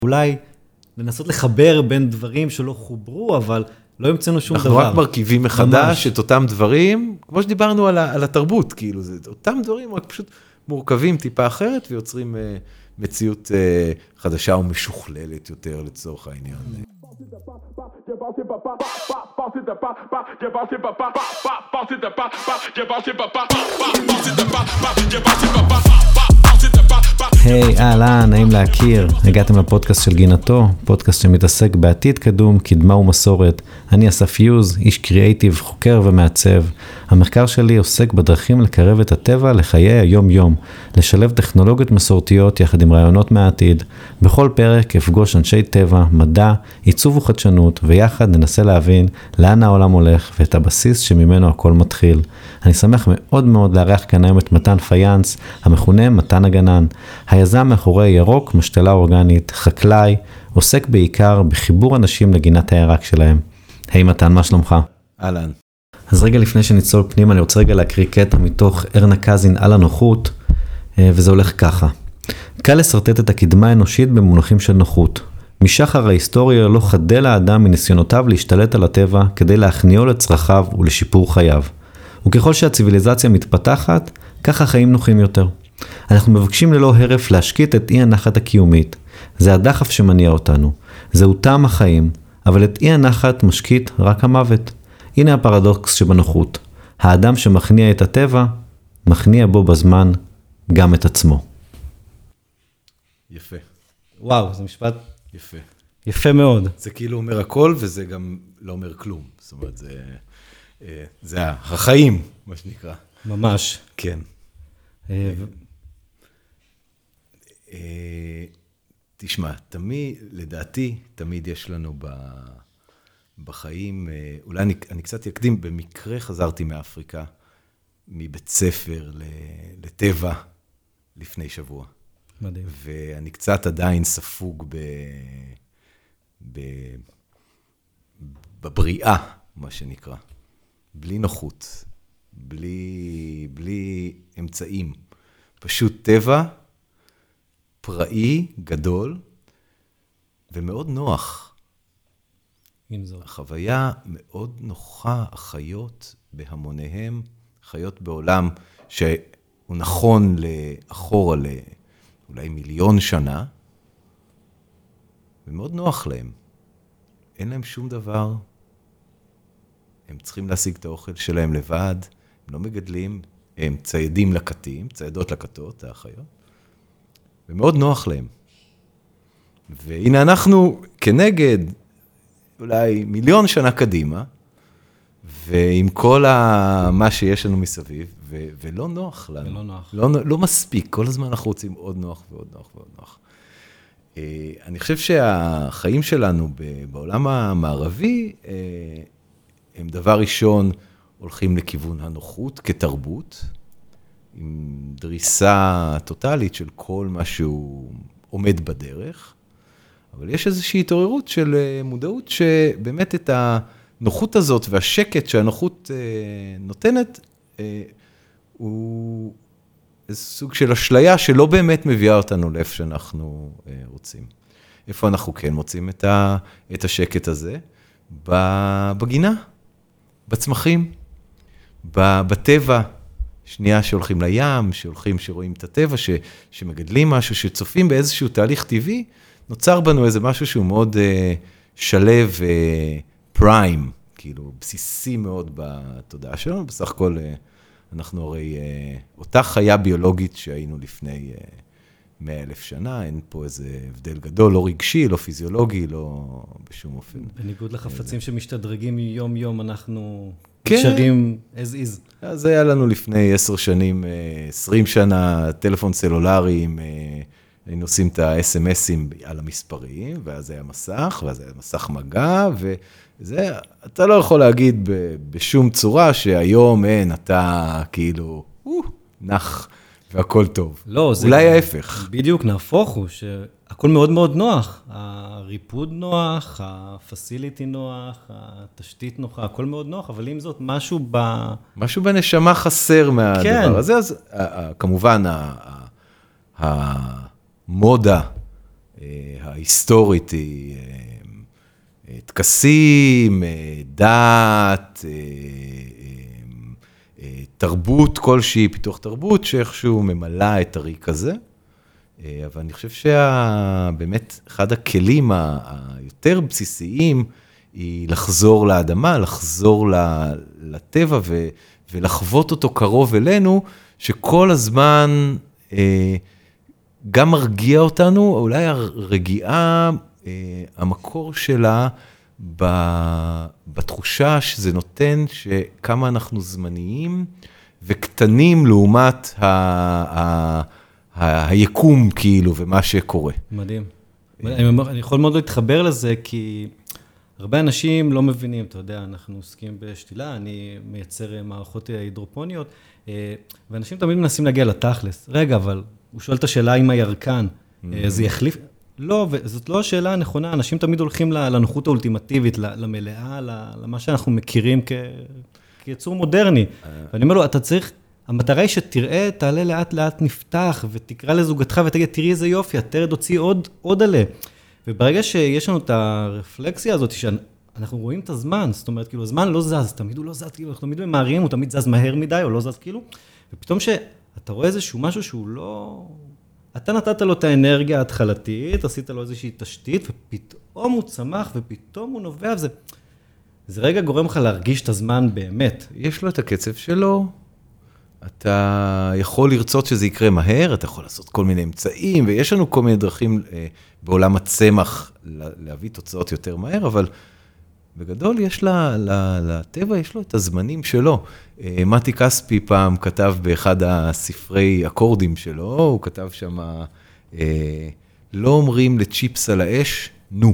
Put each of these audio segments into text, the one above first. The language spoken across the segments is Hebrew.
אולי לנסות לחבר בין דברים שלא חוברו, אבל לא המצאנו שום דבר. אנחנו רק מרכיבים מחדש את אותם דברים, כמו שדיברנו על התרבות, כאילו, זה אותם דברים רק פשוט מורכבים טיפה אחרת, ויוצרים מציאות חדשה ומשוכללת יותר לצורך העניין. היי, אהלן, נעים להכיר. הגעתם לפודקאסט של גינתו, פודקאסט שמתעסק בעתיד קדום, קדמה ומסורת. אני אסף יוז, איש קריאייטיב, חוקר ומעצב. המחקר שלי עוסק בדרכים לקרב את הטבע לחיי היום-יום, לשלב טכנולוגיות מסורתיות יחד עם רעיונות מהעתיד. בכל פרק אפגוש אנשי טבע, מדע, עיצוב וחדשנות, ויחד ננסה להבין לאן העולם הולך ואת הבסיס שממנו הכל מתחיל. אני שמח מאוד מאוד לארח כאן היום את מתן פיינס, המכונה מתן הגנן. היזם מאחורי ירוק, משתלה אורגנית, חקלאי, עוסק בעיקר בחיבור אנשים לגינת הירק שלהם. היי מתן, מה שלומך? אהלן. אז רגע לפני שנצלול פנימה, אני רוצה רגע להקריא קטע מתוך ארנה קזין על הנוחות, וזה הולך ככה. קל לסרטט את הקדמה האנושית במונחים של נוחות. משחר ההיסטוריה לא חדל האדם מניסיונותיו להשתלט על הטבע כדי להכניעו לצרכיו ולשיפור חייו. וככל שהציביליזציה מתפתחת, כך החיים נוחים יותר. אנחנו מבקשים ללא הרף להשקיט את אי הנחת הקיומית. זה הדחף שמניע אותנו. זהו טעם החיים, אבל את אי הנחת משקיט רק המוות. הנה הפרדוקס שבנוחות. האדם שמכניע את הטבע, מכניע בו בזמן גם את עצמו. יפה. וואו, זה משפט יפה. יפה מאוד. זה כאילו אומר הכל, וזה גם לא אומר כלום. זאת אומרת, זה החיים, מה שנקרא. ממש. כן. תשמע, לדעתי, תמיד יש לנו בחיים, אולי אני קצת אקדים, במקרה חזרתי מאפריקה, מבית ספר לטבע לפני שבוע. מדהים. ואני קצת עדיין ספוג בבריאה, מה שנקרא. בלי נוחות, בלי אמצעים. פשוט טבע, פראי, גדול, ומאוד נוח. עם זאת. החוויה מאוד נוחה, החיות בהמוניהם, חיות בעולם שהוא נכון לאחורה אולי 1,000,000 שנה, ומאוד נוח להם. אין להם שום דבר, הם צריכים להשיג את האוכל שלהם לבד, הם לא מגדלים, הם ציידים לקטים, ציידות לקטות, האחיות, ומאוד נוח להם. והנה אנחנו כנגד אולי 1,000,000 שנה קדימה, ועם כל מה שיש לנו מסביב, ולא נוח לנו. ולא נוח. לא מספיק, כל הזמן אנחנו רוצים עוד נוח ועוד נוח ועוד נוח. אני חושב שהחיים שלנו בעולם המערבי, הם דבר ראשון הולכים לכיוון הנוחות כתרבות, עם דריסה טוטלית של כל מה שהוא עומד בדרך, אבל יש איזושהי התעוררות של מודעות שבאמת את הנוחות הזאת והשקט שהנוחות נותנת, הוא איזה סוג של אשליה שלא באמת מביאה אותנו לאיפה שאנחנו רוצים. איפה אנחנו כן מוצאים את השקט הזה? בגינה, בצמחים, בטבע, שנייה שהולכים לים, שרואים את הטבע, שמגדלים משהו, שצופים באיזשהו תהליך טבעי, נוצר בנו איזה משהו שהוא מאוד שלב פריים, כאילו בסיסי מאוד בתודעה שלנו, בסך הכל אנחנו הרי אותה חיה ביולוגית שהיינו לפני 100,000 שנה, אין פה איזה הבדל גדול, לא רגשי, לא פיזיולוגי, לא בשום אופן. בניגוד לחפצים שמשתדרגים יום-יום, אנחנו כן. נשארים as is. אז היה לנו לפני 10 שנים, 20 שנה, טלפון סלולרי, היינו עושים את ה-SMSים על המספרים, ואז היה מסך, ואז היה מסך מגע, וזה, אתה לא יכול להגיד בשום צורה שהיום אין, אתה כאילו, נח, והכל טוב. לא, זה אולי ההפך. בדיוק, נהפוך הוא, שהכל מאוד מאוד נוח. הריפוד נוח, הפסיליטי נוח, התשתית נוחה, הכל מאוד נוח, אבל אם זאת משהו בנשמה חסר מהדבר הזה, אז כמובן המודה ההיסטורית היא טקסים, דת, תרבות כלשהי, פיתוח תרבות, שאיכשהו ממלא את הריק הזה. אבל אני חושב שבאמת אחד הכלים היותר בסיסיים היא לחזור לאדמה, לחזור לטבע ולחוות אותו קרוב אלינו, שכל הזמן גם מרגיע אותנו, אולי הרגיעה, המקור שלה בתחושה שזה נותן שכמה אנחנו זמניים וקטנים לעומת היקום כאילו ומה שקורה. מדהים. אני יכול מאוד להתחבר לזה כי הרבה אנשים לא מבינים, אתה יודע, אנחנו עוסקים בשתילה, אני מייצר מערכות הידרופוניות, ואנשים תמיד מנסים להגיע לתכלס. רגע, אבל הוא שואל את השאלה עם הירקן, זה יחליף? לא, וזאת לא השאלה הנכונה, אנשים תמיד הולכים לנוחות האולטימטיבית, למלאה, למה שאנחנו מכירים כיצור מודרני. ואני אומר לו, אתה צריך, המטרה היא שתראה, תעלה לאט לאט נפתח, ותקרא לזוגתך ותגיד, תראי איזה יופי, התרד הוציא עוד עלה. וברגע שיש לנו את הרפלקסיה הזאת, שאנחנו רואים את הזמן, זאת אומרת, כאילו, הזמן לא זז, תמיד הוא לא זז, כאילו, אנחנו תמיד ממהרים, הוא תמיד זז מהר מדי, או לא זז, כאילו, ופתאום שאתה רואה איזשהו משהו שהוא לא... אתה נתת לו את האנרגיה ההתחלתית, עשית לו איזושהי תשתית, ופתאום הוא צמח, ופתאום הוא נובע, זה רגע גורם לך להרגיש את הזמן באמת. יש לו את הקצב שלו, אתה יכול לרצות שזה יקרה מהר, אתה יכול לעשות כל מיני אמצעים, ויש לנו כל מיני דרכים בעולם הצמח להביא תוצאות יותר מהר, אבל בגדול יש לטבע, יש לו את הזמנים שלו. מתי כספי פעם כתב באחד הספרי אקורדים שלו, הוא כתב שם, לא אומרים לצ'יפס על האש, נו.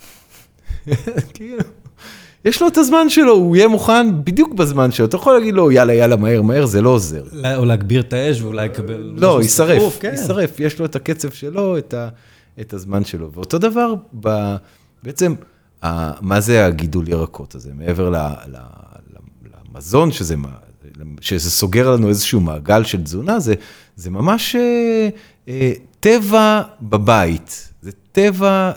יש לו את הזמן שלו, הוא יהיה מוכן בדיוק בזמן שלו. אתה יכול להגיד לו, יאללה, מהר, זה לא עוזר. או להגביר את האש ואולי יקבל... לא, יישרף, יש לו את הקצב שלו, את הזמן שלו. ואותו דבר, בעצם, מה זה הגידול ירקות הזה? מעבר למזון, שזה סוגר לנו איזשהו מעגל של תזונה, זה ממש טבע בבית. זה טבע...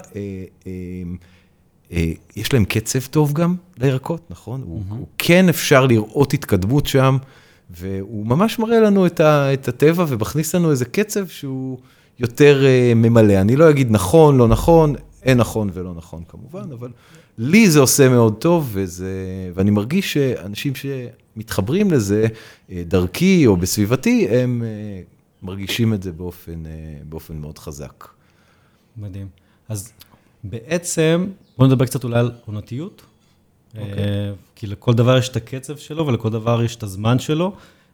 יש להם קצב טוב גם לירקות, נכון? הוא כן אפשר לראות התקדמות שם, והוא ממש מראה לנו את הטבע, ומכניס לנו איזה קצב שהוא יותר ממלא. אני לא אגיד נכון, לא נכון, אין נכון ולא נכון כמובן, אבל לי זה עושה מאוד טוב, ואני מרגיש שאנשים שמתחברים לזה, דרכי או בסביבתי, הם מרגישים את זה באופן מאוד חזק. מדהים. אז בעצם, בוא נדבר קצת אולי על עונתיות, כי לכל דבר יש את הקצב שלו, ולכל דבר יש את הזמן שלו,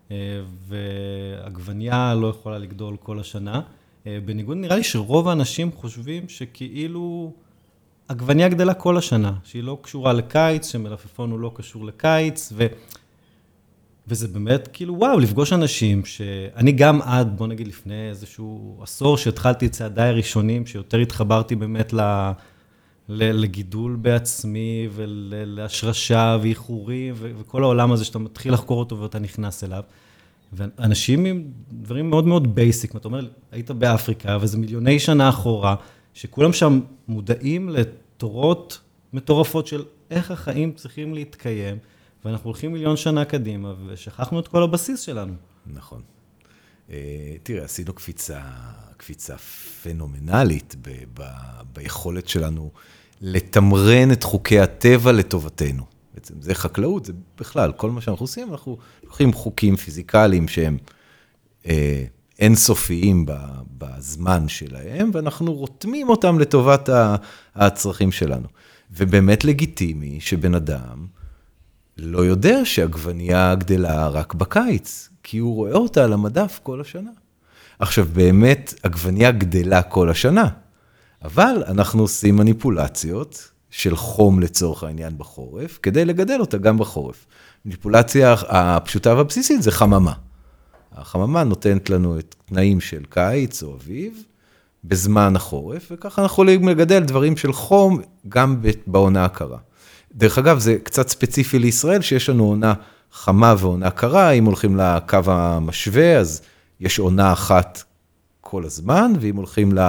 ועגבניה לא יכולה לגדול כל השנה. בניגוד, נראה לי שרוב האנשים חושבים שכאילו עגבניה גדלה כל השנה, שהיא לא קשורה לקיץ, שמלפפון הוא לא קשור לקיץ, וזה באמת כאילו וואו, לפגוש אנשים שאני גם עד, בוא נגיד לפני איזשהו עשור, שהתחלתי את צעדיי הראשונים, שיותר התחברתי באמת לגידול בעצמי, ולהשרשה ואיחורים, וכל העולם הזה שאתה מתחיל לחקור אותו ואתה נכנס אליו. ואנשים עם דברים מאוד מאוד בייסיק, אתה אומר, היית באפריקה, וזה מיליוני שנה אחורה, שכולם שם מודעים לתורות מטורפות של איך החיים צריכים להתקיים, ואנחנו הולכים מיליון שנה קדימה, ושכחנו את כל הבסיס שלנו. נכון. תראה, עשינו קפיצה פנומנלית ביכולת שלנו לתמרן את חוקי הטבע לטובתנו. בעצם זה חקלאות, זה בכלל, כל מה שאנחנו עושים, אנחנו לוקחים חוקים פיזיקליים שהם אינסופיים בזמן שלהם, ואנחנו רותמים אותם לטובת הצרכים שלנו. ובאמת לגיטימי שבן אדם לא יודע שעגבניה גדלה רק בקיץ, כי הוא רואה אותה על המדף כל השנה. עכשיו, באמת, עגבניה גדלה כל השנה, אבל אנחנו עושים מניפולציות של חום לצורך העניין בחורף, כדי לגדל אותה גם בחורף. מניפולציה הפשוטה והבסיסית זה חממה. החממה נותנת לנו את תנאים של קיץ או אביב, בזמן החורף, וככה אנחנו יכולים לגדל דברים של חום גם בעונה הקרה. דרך אגב, זה קצת ספציפי לישראל, שיש לנו עונה חמה ועונה קרה, אם הולכים לקו המשווה, אז יש עונה אחת כל הזמן, ואם הולכים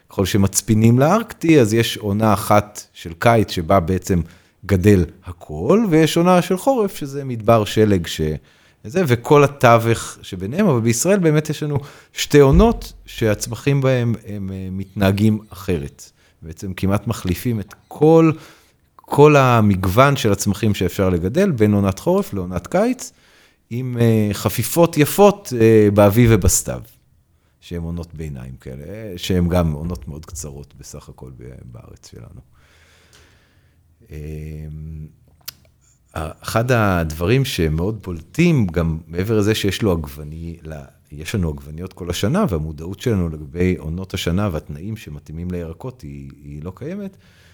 ככל שמצפינים לארקטי, אז יש עונה אחת של קיץ, שבה בעצם גדל הכל, ויש עונה של חורף, שזה מדבר שלג וכל התווך שביניהם, אבל בישראל באמת יש לנו שתי עונות, שהצמחים בהם הם מתנהגים אחרת. בעצם כמעט מחליפים את כל המגוון של הצמחים שאפשר לגדל, בין עונת חורף לעונת קיץ, עם חפיפות יפות באביב ובסתיו, שהן עונות ביניים כאלה, שהן גם עונות מאוד קצרות בסך הכל בארץ שלנו. אחד הדברים שמאוד בולטים, גם מעבר לזה שיש יש לנו עגבניות כל השנה, והמודעות שלנו לגבי עונות השנה והתנאים שמתאימים לירקות היא לא קיימת,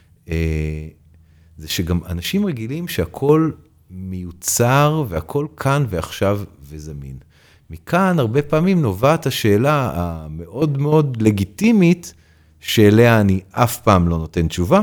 זה שגם אנשים רגילים שהכל מיוצר והכל כאן ועכשיו וזמין. מכאן הרבה פעמים נובעת השאלה המאוד מאוד לגיטימית, שאליה אני אף פעם לא נותן תשובה,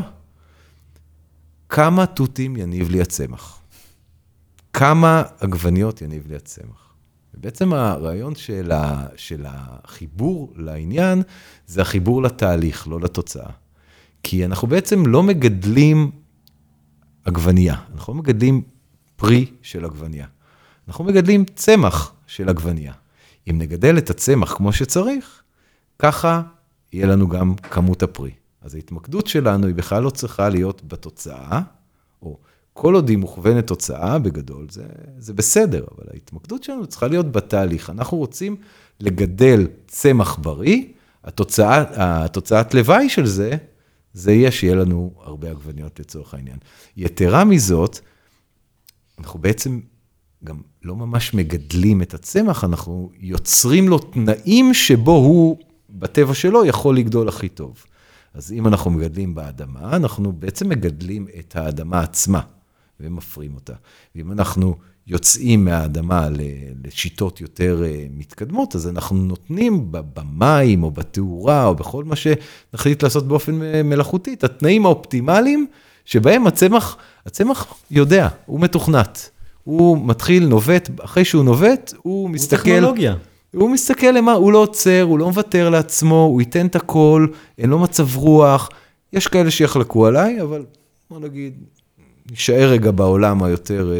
כמה תותים יניב לי הצמח? כמה עגבניות יניב לי הצמח? ובעצם הרעיון של החיבור לעניין, זה החיבור לתהליך, לא לתוצאה. כי אנחנו בעצם לא מגדלים עגבנייה, אנחנו לא מגדלים פרי של עגבנייה. אנחנו מגדלים צמח של עגבנייה. אם נגדל את הצמח כמו שצריך, ככה יהיה לנו גם כמות הפרי. אז ההתמקדות שלנו היא בכלל לא צריכה להיות בתוצאה, או כל עוד היא מוכוונת תוצאה בגדול, זה בסדר, אבל ההתמקדות שלנו צריכה להיות בתהליך. אנחנו רוצים לגדל צמח בריא, התוצאת לוואי של זה יהיה שיהיה לנו הרבה עגבניות לצורך העניין. יתרה מזאת, אנחנו בעצם גם לא ממש מגדלים את הצמח, אנחנו יוצרים לו תנאים שבו הוא, בטבע שלו, יכול לגדול הכי טוב. אז אם אנחנו מגדלים באדמה, אנחנו בעצם מגדלים את האדמה עצמה, ומפרים אותה. ואם אנחנו יוצאים מהאדמה לשיטות יותר מתקדמות, אז אנחנו נותנים במים, או בתאורה, או בכל מה שנחליט לעשות באופן מלאכותי, את התנאים האופטימליים, שבהם הצמח יודע, הוא מתוכנת. הוא מתחיל נובט, אחרי שהוא נובט, הוא מסתכל... הוא טכנולוגיה. הוא מסתכל למה, הוא לא עוצר, הוא לא מוותר לעצמו, הוא ייתן את הכל, אין לו מצב רוח. יש כאלה שיחלקו עליי, אבל בוא נגיד, נשאר רגע בעולם היותר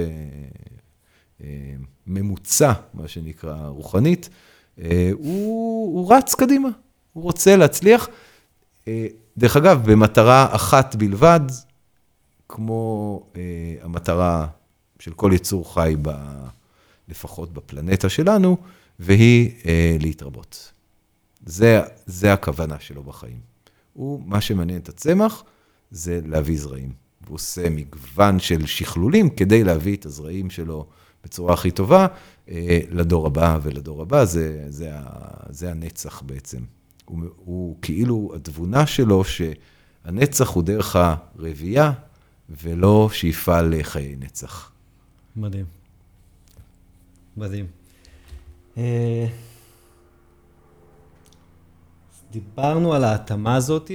ממוצע, מה שנקרא רוחנית, הוא רץ קדימה, הוא רוצה להצליח. דרך אגב, במטרה אחת בלבד, כמו המטרה של כל יצור חי, לפחות בפלנטה שלנו, והיא להתרבות. זה הכוונה שלו בחיים. מה שמעניין את הצמח, זה להביא זרעים. הוא עושה מגוון של שכלולים, כדי להביא את הזרעים שלו בצורה הכי טובה, לדור הבא ולדור הבא, זה הנצח בעצם. הוא כאילו התבונה שלו, שהנצח הוא דרך הרבייה, ולא שאיפה לחיי נצח. מדהים. מדהים. דיברנו על ההתאמה הזאת,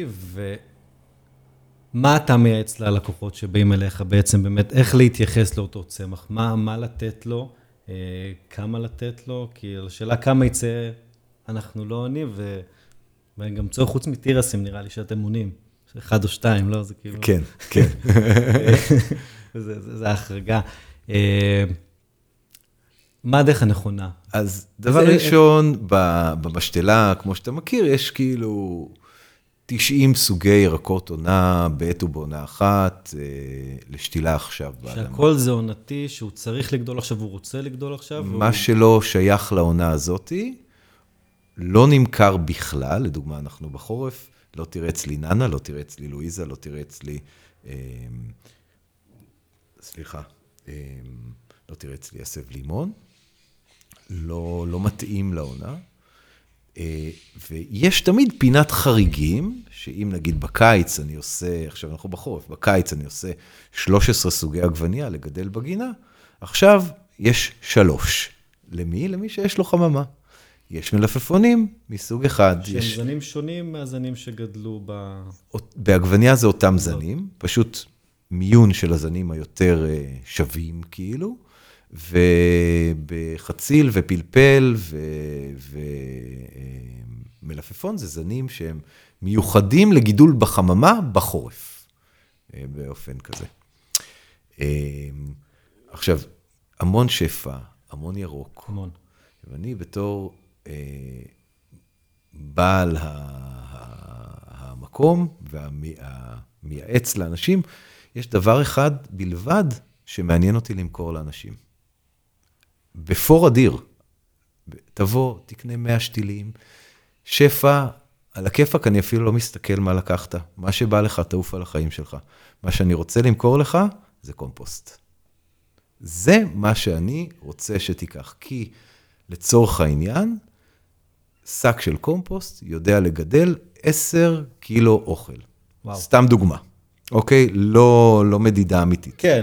ומה אתה מייעץ ללקוחות שבאים אליך בעצם, באמת, איך להתייחס לאותו צמח, מה לתת לו, כמה לתת לו, כי השאלה כמה יצא, אנחנו לא עונים, וגם צורך חוץ מטירסים, נראה לי שאתם עונים, 1 או 2, לא? זה כאילו... כן, כן. זה ההחרגה. מה הדרך הנכונה? אז דבר ראשון, במשתלה, כמו שאתה מכיר, יש כאילו 90 סוגי ירקות עונה, בעת ובעונה אחת, לשתילה עכשיו באדמה. שהכל זה עונתי, שהוא צריך לגדול עכשיו, הוא רוצה לגדול עכשיו. מה שלא שייך לעונה הזאת, לא נמכר בכלל, לדוגמה, אנחנו בחורף, לא תראה אצלי ננה, לא תראה אצלי לואיזה, לא תראה אצלי, לא תראה אצלי עשב לימון, לא מתאים לעונה, ויש תמיד פינת חריגים, שאם נגיד בקיץ אני עושה, עכשיו אנחנו בחורף, בקיץ אני עושה 13 סוגי עגבניה לגדל בגינה, עכשיו יש 3. למי? למי שיש לו חממה. יש מלפפונים מסוג אחד. שהם זנים שונים מהזנים שגדלו בעגבניה זה אותם זנים, פשוט מיון של הזנים היותר שווים כאילו, ובחציל ופלפל ומלפפון זה זנים שהם מיוחדים לגידול בחממה בחורף, באופן כזה. עכשיו, המון שפע, המון ירוק. המון. ואני בתור בעל המקום והמייעץ לאנשים, יש דבר אחד בלבד שמעניין אותי למכור לאנשים. בפור אדיר, תבוא, תקנה 100 שתילים, שפע, על הכיפק אני אפילו לא מסתכל מה לקחת. מה שבא לך, תעוף על החיים שלך. מה שאני רוצה למכור לך, זה קומפוסט. זה מה שאני רוצה שתיקח, כי לצורך העניין, שק של קומפוסט יודע לגדל 10 קילו אוכל. וואו. סתם דוגמה. אוקיי? לא מדידה אמיתית. כן.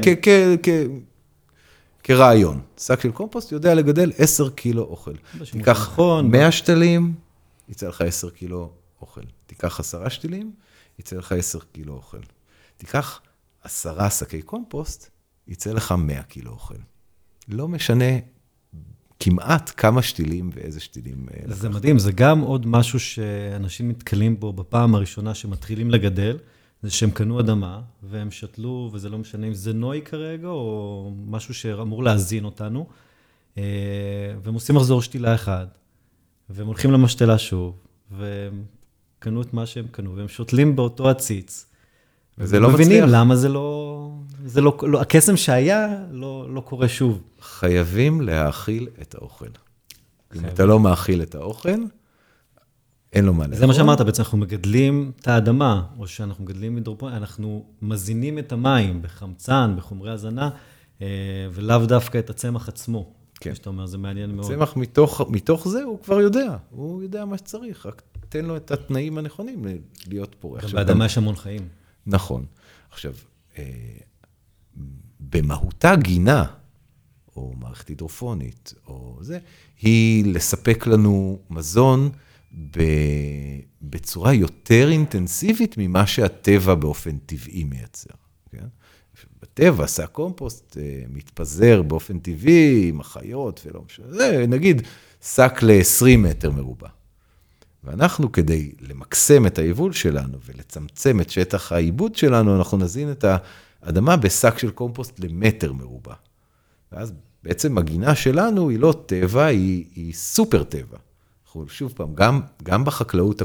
כרעיון. שק של קומפוסט יודע לגדל 10 קילו אוכל. תיקח 100 שתלים, יצא לך 10 קילו אוכל. תיקח 10 שתלים, יצא לך 10 קילו אוכל. תיקח 10 שקי קומפוסט, יצא לך 100 קילו אוכל. לא משנה כמעט כמה שתילים ואיזה שתילים. זה מדהים, זה גם עוד משהו שאנשים מתקלים בו בפעם הראשונה שמתחילים לגדל, זה שהם קנו אדמה והם שתלו, וזה לא משנה אם זה נוי כרגע, או משהו שאמור להזין אותנו, והם עושים מחזור שתילה אחד, והם הולכים למשתלה שוב, והם קנו את מה שהם קנו, והם שותלים באותו הציץ, וזה לא מבינים מצליח. למה זה לא, הקסם שהיה לא קורה שוב. חייבים להאכיל את האוכל. אם אתה לא מאכיל את האוכל, אין לו מה לאכול. זה מה שאמרת, בעצם אנחנו מגדלים את האדמה, או שאנחנו מגדלים הידרופוניקה, אנחנו מזינים את המים בחמצן, בחומרי הזנה, ולאו דווקא את הצמח עצמו. כן. שאתה אומר, זה מעניין מאוד. הצמח מתוך זה הוא כבר יודע, הוא יודע מה שצריך, רק תן לו את התנאים הנכונים להיות פורח. גם באדמה יש המון חיים. נכון. עכשיו, במהותה גינה, או מערכת הידרופונית, או זה, היא לספק לנו מזון בצורה יותר אינטנסיבית ממה שהטבע באופן טבעי מייצר. כן? בטבע, שק קומפוסט מתפזר באופן טבעי, עם החיות ולא משנה. זה נגיד שק ל-20 מטר מרובע. ואנחנו כדי למקסם את היבול שלנו ולצמצם את שטח העיבוד שלנו, אנחנו נזין את האדמה בשק של קומפוסט למטר מרובע. ואז בעצם הגינה שלנו היא לא טבע, היא סופר טבע. אנחנו שוב פעם, גם בחקלאות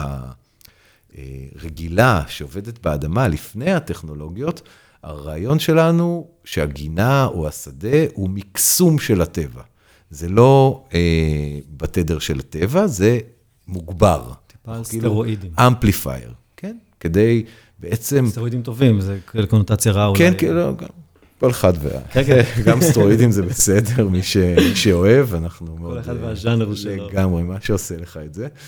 הרגילה שעובדת באדמה לפני הטכנולוגיות, הרעיון שלנו שהגינה או השדה הוא מקסום של הטבע. זה לא בתדר של הטבע, זה מוגבר. טיפה סטרואידים. אמפליפייר, כן? כדי בעצם... סטרואידים טובים, זה קונוטציה רעה אולי. כן, כל אחד גם סטרואידים זה בסדר, מי שאוהב, אנחנו מאוד... כל אחד והז'אנר שלו. לגמרי, מה שעושה לך את זה.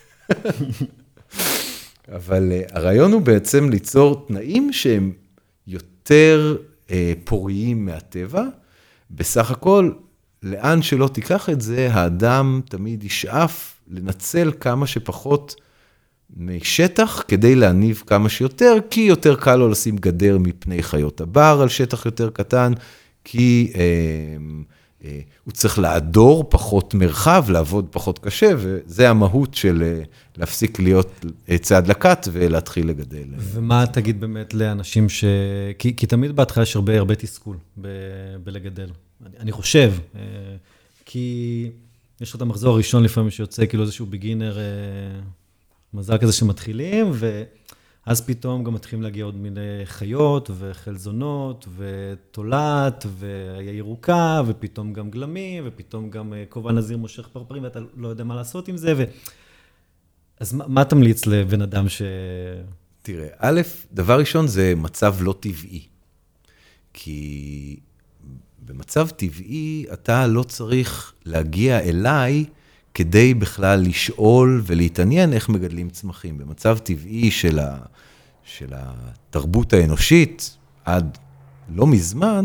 אבל הרעיון הוא בעצם ליצור תנאים שהם יותר פוריים מהטבע. בסך הכל, לאן שלא תיקח את זה, האדם תמיד ישאף לנצל כמה שפחות משטח כדי להניב כמה שיותר, כי יותר קל לו לשים גדר מפני חיות הבר על שטח יותר קטן, כי הוא צריך לעדור פחות מרחב, לעבוד פחות קשה, וזה המהות של להפסיק להיות צעד לקט ולהתחיל לגדל. ומה תגיד באמת לאנשים כי תמיד בהתחלה יש הרבה תסכול בלגדל. אני חושב, כי יש לך את המחזור הראשון לפעמים שיוצא כאילו איזשהו בגינר מזל כזה שמתחילים, ואז פתאום גם מתחילים להגיע עוד מיני חיות וחלזונות ותולעת וירוקה, ופתאום גם גלמים, ופתאום גם כובע נזיר מושך פרפרים, ואתה לא יודע מה לעשות עם זה. אז מה תמליץ לבן אדם תראה, א', דבר ראשון זה מצב לא טבעי. כי במצב טבעי אתה לא צריך להגיע אליי כדי בכלל לשאול ולהתעניין איך מגדלים צמחים. במצב טבעי של התרבות האנושית, עד לא מזמן,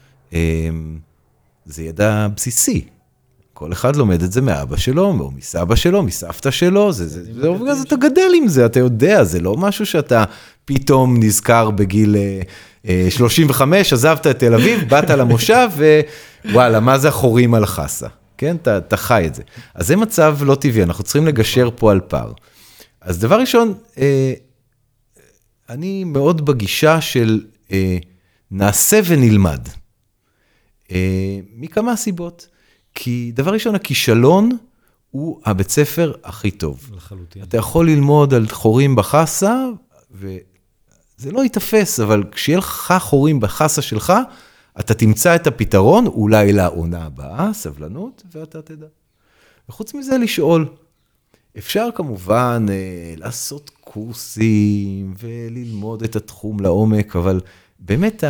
זה ידע בסיסי. כל אחד לומד את זה מאבא שלו, או מסבא שלו, מסבתא שלו, אז אתה גדל עם זה, אתה יודע, זה לא משהו שאתה פתאום נזכר בגיל 35, עזבת את תל אביב, באת למושב, ווואלה, מה זה החורים על החסה? כן, אתה חי את זה. אז זה מצב לא טבעי, אנחנו צריכים לגשר פה על פער. אז דבר ראשון, אני מאוד בגישה של נעשה ונלמד. מכמה סיבות. כי דבר ראשון, הכישלון הוא הבית ספר הכי טוב. לחלוטין. אתה יכול ללמוד על חורים בחסה, וזה לא יתפס, אבל כשיהיה לך חורים בחסה שלך, אתה תמצא את הפתרון, אולי לעונה הבאה, סבלנות, ואתה תדע. וחוץ מזה לשאול, אפשר כמובן לעשות קורסים וללמוד את התחום לעומק, אבל באמת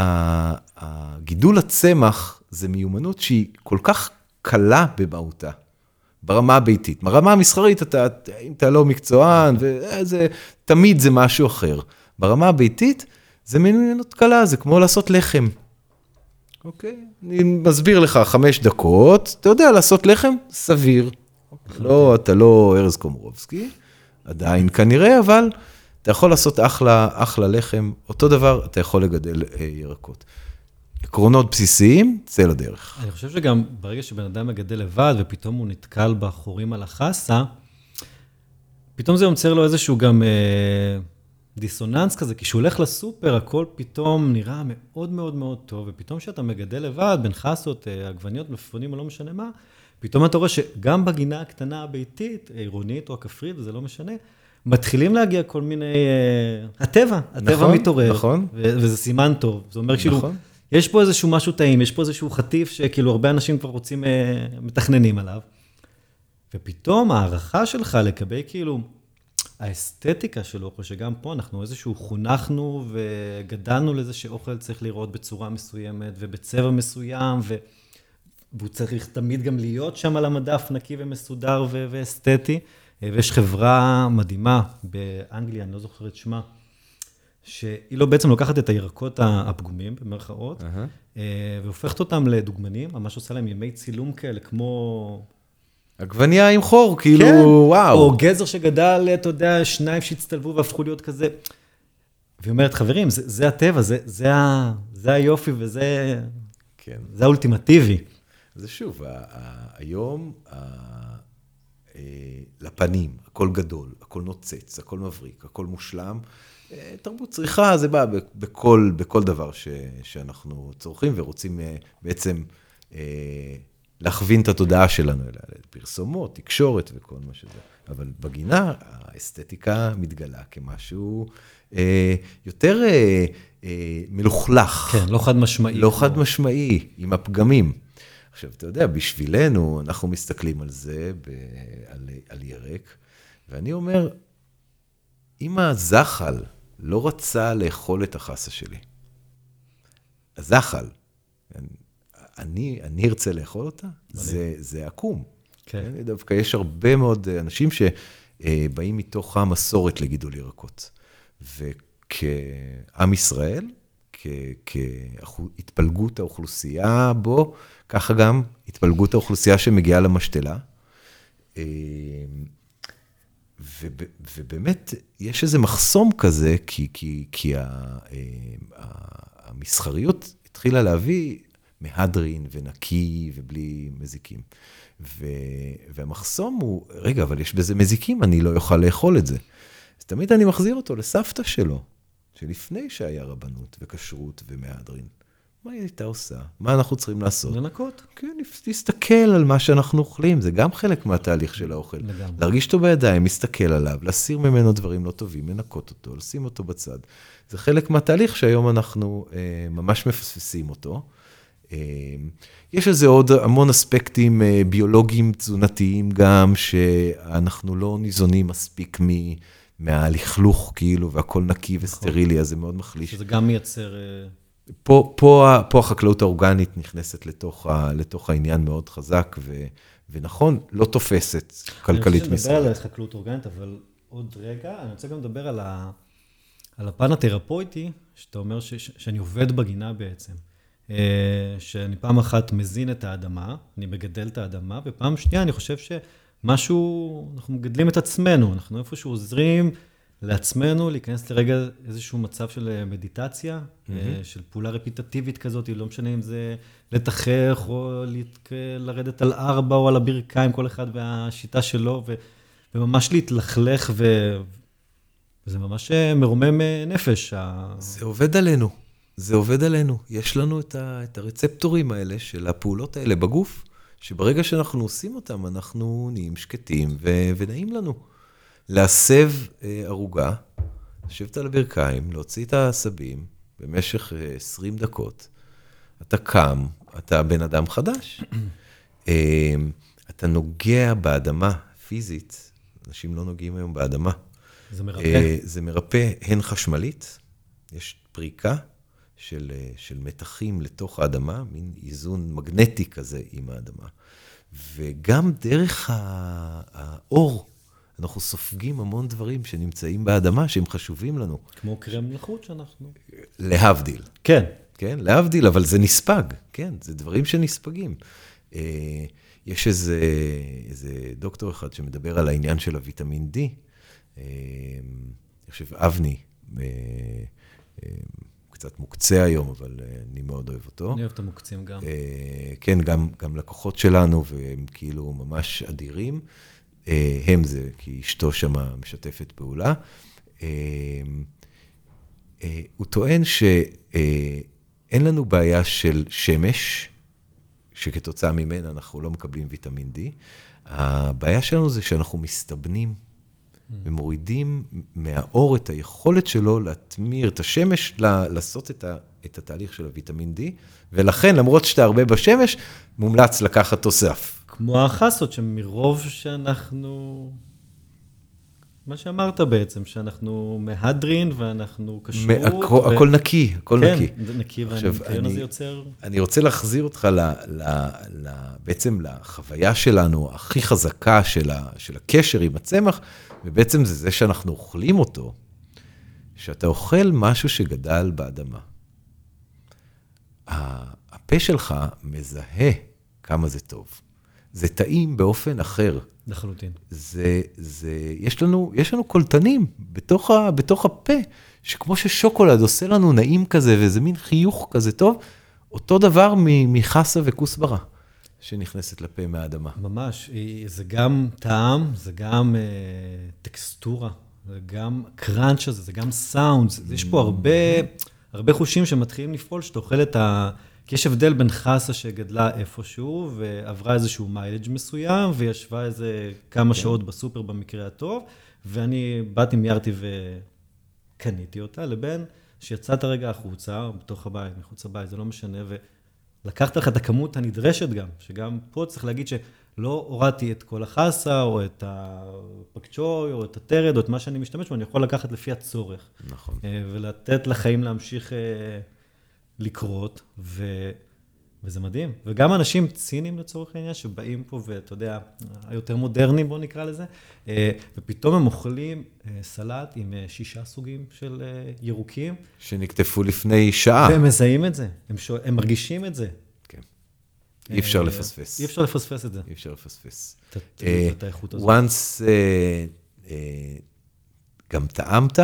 הגידול הצמח זה מיומנות שהיא כל כך קלה במהותה, ברמה הביתית. ברמה המסחרית, אם אתה לא מקצוען, תמיד זה משהו אחר. ברמה הביתית זה מיומנות קלה, זה כמו לעשות לחם. אוקיי? אני מסביר לך 5 דקות, אתה יודע, לעשות לחם סביר. לא, אתה לא ארז קומרובסקי, עדיין כנראה, אבל אתה יכול לעשות אחלה לחם, אותו דבר, אתה יכול לגדל ירקות. עקרונות בסיסיים, צא לדרך. אני חושב שגם ברגע שבן אדם מגדל לבד, ופתאום הוא נתקל בחורים על החסה, פתאום זה יוצר לו איזשהו גם דיסוננס כזה, כי כשהוא הולך לסופר, הכל פתאום נראה מאוד מאוד מאוד טוב, ופתאום שאתה מגדל לבד, בין חסות, עגבניות, מלפפונים, או לא משנה מה, פתאום אתה רואה שגם בגינה הקטנה הביתית, העירונית או הכפרית, וזה לא משנה, מתחילים להגיע כל מיני, הטבע מתעורר, נכון. וזה סימן טוב. זה אומר כאילו, נכון. יש פה איזשהו משהו טעים, יש פה איזשהו חטיף שכאילו הרבה אנשים כבר רוצים, מתכננים עליו, ופתאום הערכה שלך לקבל כאילו, האסתטיקה של אוכל, שגם פה אנחנו איזשהו חונכנו וגדלנו לזה שאוכל צריך לראות בצורה מסוימת ובצבע מסוים, והוא צריך תמיד גם להיות שם על המדף נקי ומסודר ואסתטי. ויש חברה מדהימה באנגליה, אני לא זוכר את שמה, שהיא לא בעצם לוקחת את הירקות הפגומים, במרכאות, והופכת אותם לדוגמנים, ממש עושה להם ימי צילום כאלה, כמו עגבניה עם חור, כאילו, כן. וואו. או גזר שגדל, אתה יודע, 2 שהצטלבו והפכו להיות כזה. והיא אומרת, חברים, זה הטבע, זה היופי, וזה כן. זה האולטימטיבי. זה שוב, היום, לפנים, הכל גדול, הכל נוצץ, הכל מבריק, הכל מושלם. תרבות צריכה, זה בא בכל דבר שאנחנו צורכים, ורוצים בעצם להכווין את התודעה שלנו, פרסומות, תקשורת וכל מה שזה. אבל בגינה, האסתטיקה מתגלה כמשהו יותר מלוכלך. כן, לא חד משמעי. לא חד משמעי, עם הפגמים. עכשיו, אתה יודע, בשבילנו, אנחנו מסתכלים על זה, על ירק, ואני אומר, אם הזחל לא רצה לאכול את החסה שלי, הזחל, אני ארצה לאכול אותה, זה עקום. כן. דווקא יש הרבה מאוד אנשים שבאים מתוך המסורת לגידול ירקות. וכעם ישראל, כהתפלגות האוכלוסייה בו, ככה גם התפלגות האוכלוסייה שמגיעה למשתלה. ובאמת יש איזה מחסום כזה, כי המסחריות התחילה להביא מהדרין ונקי ובלי מזיקים. והמחסום הוא, רגע, אבל יש בזה מזיקים, אני לא יוכל לאכול את זה. אז תמיד אני מחזיר אותו לסבתא שלו, שלפני שהיה רבנות וכשרות ומהדרין. מה היא הייתה עושה? מה אנחנו צריכים לעשות? לנקות. כן, תסתכל על מה שאנחנו אוכלים, זה גם חלק מהתהליך של האוכל. לגמרי. להרגיש אותו בידיים, מסתכל עליו, להסיר ממנו דברים לא טובים, לנקות אותו, לשים אותו בצד. זה חלק מהתהליך שהיום אנחנו ממש מפספסים אותו. יש לזה עוד המון אספקטים ביולוגיים, תזונתיים גם, שאנחנו לא ניזונים מספיק מהלכלוך, כאילו, והכל נקי וסטרילי, אז זה מאוד מחליש. שזה גם מייצר פה החקלאות האורגנית נכנסת לתוך העניין מאוד חזק, ונכון, לא תופסת כלכלית אני רוצה משרד. לדבר על חקלאות אורגנית, אבל עוד רגע, אני רוצה גם לדבר על הפן התרפויטי, שאתה אומר שאני עובד בגינה בעצם. שאני פעם אחת מזין את האדמה, אני מגדל את האדמה, ופעם שנייה אני חושב שמשהו, אנחנו מגדלים את עצמנו, אנחנו איפשהו עוזרים לעצמנו להיכנס לרגע איזשהו מצב של מדיטציה, של פעולה רפיטטיבית כזאת, לא משנה אם זה לתחך או לרדת על 4 או על הברכיים, כל אחד והשיטה שלו, וממש להתלכלך, וזה ממש מרומם נפש. זה עובד עלינו. זה עובד עלינו. יש לנו את הרצפטורים האלה של הפעולות האלה בגוף, שברגע שאנחנו עושים אותם, אנחנו נהיים שקטים ונעים לנו. להסב ערוגה, לשבת על הברכיים, להוציא את העשבים במשך 20 דקות. אתה קם, אתה בן אדם חדש. אתה נוגע באדמה פיזית. אנשים לא נוגעים היום באדמה. זה מרפא. זה מרפא הן חשמלית. יש פריקה של מתחים לתוך האדמה, מין איזון מגנטי כזה עם האדמה. וגם דרך האור, אנחנו סופגים המון דברים שנמצאים באדמה, שהם חשובים לנו. כמו קרם מלכות שאנחנו... להבדיל. כן. כן, להבדיל, אבל זה נספג. כן, זה דברים שנספגים. יש איזה דוקטור אחד שמדבר על העניין של הוויטמין D. אני חושב, אבני, קצת מוקצה היום, אבל אני מאוד אוהב אותו. אני אוהב את המוקצים גם. כן, גם לקוחות שלנו, והם כאילו ממש אדירים. הם זה, כי אשתו שמה משתפת פעולה. הוא טוען שאין לנו בעיה של שמש, שכתוצאה ממנה אנחנו לא מקבלים ויטמין D. הבעיה שלנו זה שאנחנו מסתבנים, ומורידים מהאור את היכולת שלו להתמיר את השמש, לעשות את התהליך של הוויטמין D, ולכן, למרות שאתה הרבה בשמש, מומלץ לקחת תוסף. כמו החסות, שמרוב שאנחנו... מה שאמרת בעצם, שאנחנו מהדרין ואנחנו קשור... הכל נקי, הכל נקי. כן, נקי, והניקיון הזה יוצר... אני רוצה להחזיר אותך בעצם לחוויה שלנו, הכי חזקה של הקשר עם הצמח, ובעצם זה שאנחנו אוכלים אותו, שאתה אוכל משהו שגדל באדמה. הפה שלך מזהה כמה זה טוב. זה טעים באופן אחר. לחלוטין. יש לנו קולטנים בתוך הפה, שכמו ששוקולד עושה לנו נעים כזה, וזה מין חיוך כזה טוב, אותו דבר מחסה וכוסברה, שנכנסת לפה מהאדמה. ממש, זה גם טעם, זה גם טקסטורה, זה גם קראנץ' הזה, זה גם סאונד, יש פה הרבה חושים שמתחילים לפעול, שאתה אוכל כי יש הבדל בין חסה שגדלה איפשהו, ועברה איזשהו מיילג' מסוים, וישבה איזה כמה שעות בסופר במקרה הטוב, ואני באתי, מיירתי וקניתי אותה, לבין שיצאת רגע החוצה, בתוך הבית, מחוץ הבית, זה לא משנה, ולקחת לך את הכמות הנדרשת גם, שגם פה צריך להגיד שלא הורדתי את כל החסה, או את הפקצ'וי, או את הטרד, או את מה שאני משתמש, ואני יכול לקחת לפי הצורך. נכון. ולתת לחיים להמשיך... לקרות, וזה מדהים. וגם אנשים ציניים לצורך העניין, שבאים פה, ואתה יודע, היותר מודרניים, בוא נקרא לזה, ופתאום הם אוכלים סלט עם 6 סוגים של ירוקים. שנקטפו לפני שעה. והם מזהים את זה, הם מרגישים את זה. כן. אי אפשר לפספס. אי אפשר לפספס את זה. אי אפשר לפספס. את האיכות הזאת. once גם טעמת,